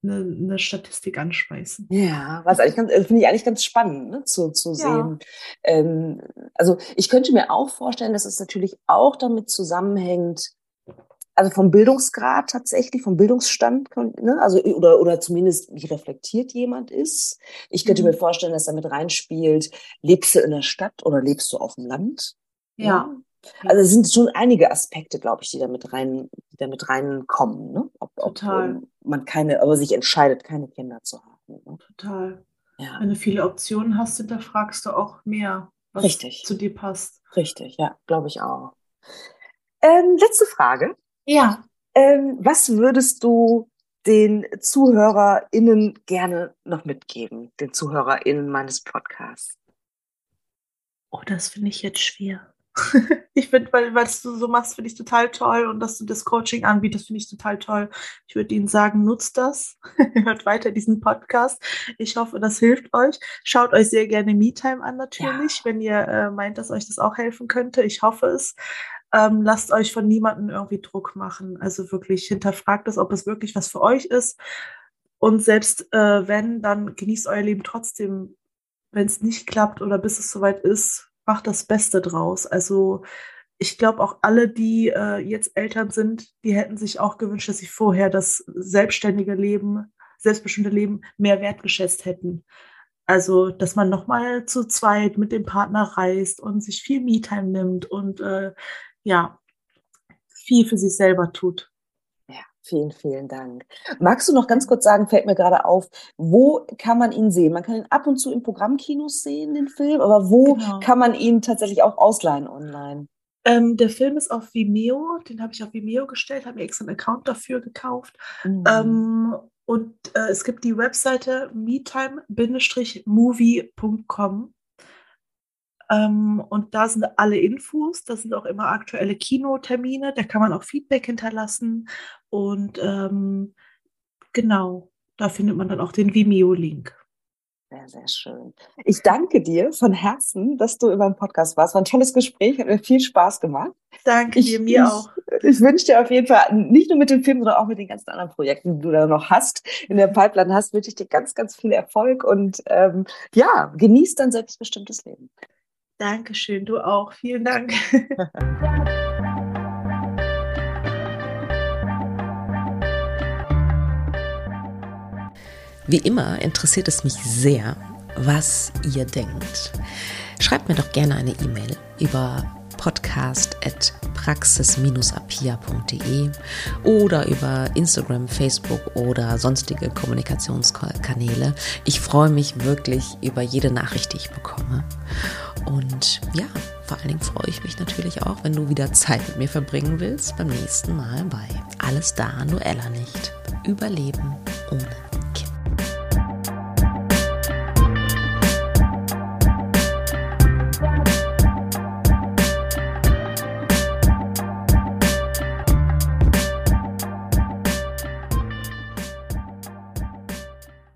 eine Statistik anschmeißen. Ja, finde ich eigentlich ganz spannend, ne, zu sehen. Also ich könnte mir auch vorstellen, dass es natürlich auch damit zusammenhängt, also vom Bildungsgrad tatsächlich, vom Bildungsstand, ne, also oder zumindest wie reflektiert jemand ist. Ich könnte mir vorstellen, dass damit reinspielt, lebst du in der Stadt oder lebst du auf dem Land? Ja. Also es sind schon einige Aspekte, glaube ich, die damit reinkommen, ne? Ob man aber sich entscheidet, keine Kinder zu haben. Ne? Total. Ja. Wenn du viele Optionen hast, hinterfragst du auch mehr, was Richtig. zu dir passt. Richtig, ja, glaube ich auch. Letzte Frage. Ja. Was würdest du den ZuhörerInnen gerne noch mitgeben, den ZuhörerInnen meines Podcasts? Oh, das finde ich jetzt schwer. Ich finde, weil was du so machst, finde ich total toll und dass du das Coaching anbietest, finde ich total toll. Ich würde Ihnen sagen, nutzt das, hört weiter diesen Podcast. Ich hoffe, das hilft euch. Schaut euch sehr gerne MeTime an natürlich, wenn ihr meint, dass euch das auch helfen könnte. Ich hoffe es. Lasst euch von niemandem irgendwie Druck machen. Also wirklich hinterfragt es, ob es wirklich was für euch ist. Und selbst wenn, dann genießt euer Leben trotzdem, wenn es nicht klappt oder bis es soweit ist, macht das Beste draus. Also ich glaube auch alle, die jetzt Eltern sind, die hätten sich auch gewünscht, dass sie vorher das selbstständige Leben, selbstbestimmte Leben mehr wertgeschätzt hätten. Also, dass man nochmal zu zweit mit dem Partner reist und sich viel Me-Time nimmt und viel für sich selber tut. Ja, vielen, vielen Dank. Magst du noch ganz kurz sagen, fällt mir gerade auf, wo kann man ihn sehen? Man kann ihn ab und zu in Programmkinos sehen, den Film, aber wo kann man ihn tatsächlich auch ausleihen online? Der Film ist auf Vimeo, den habe ich auf Vimeo gestellt, habe mir extra einen Account dafür gekauft. Und es gibt die Webseite metime-movie.com. Und da sind alle Infos, da sind auch immer aktuelle Kinotermine, da kann man auch Feedback hinterlassen. Und genau, da findet man dann auch den Vimeo-Link. Sehr, sehr schön. Ich danke dir von Herzen, dass du in meinem Podcast warst. War ein tolles Gespräch, hat mir viel Spaß gemacht. Danke dir, mir auch. Ich wünsche dir auf jeden Fall, nicht nur mit dem Film, sondern auch mit den ganzen anderen Projekten, die du da noch hast, in der Pipeline hast, wünsche ich dir ganz, ganz viel Erfolg und genieß dein selbstbestimmtes Leben. Dankeschön, du auch. Vielen Dank. Wie immer interessiert es mich sehr, was ihr denkt. Schreibt mir doch gerne eine E-Mail über podcast@praxis-apia.de oder über Instagram, Facebook oder sonstige Kommunikationskanäle. Ich freue mich wirklich über jede Nachricht, die ich bekomme. Und ja, vor allen Dingen freue ich mich natürlich auch, wenn du wieder Zeit mit mir verbringen willst, beim nächsten Mal bei Alles da, Noella nicht. Überleben ohne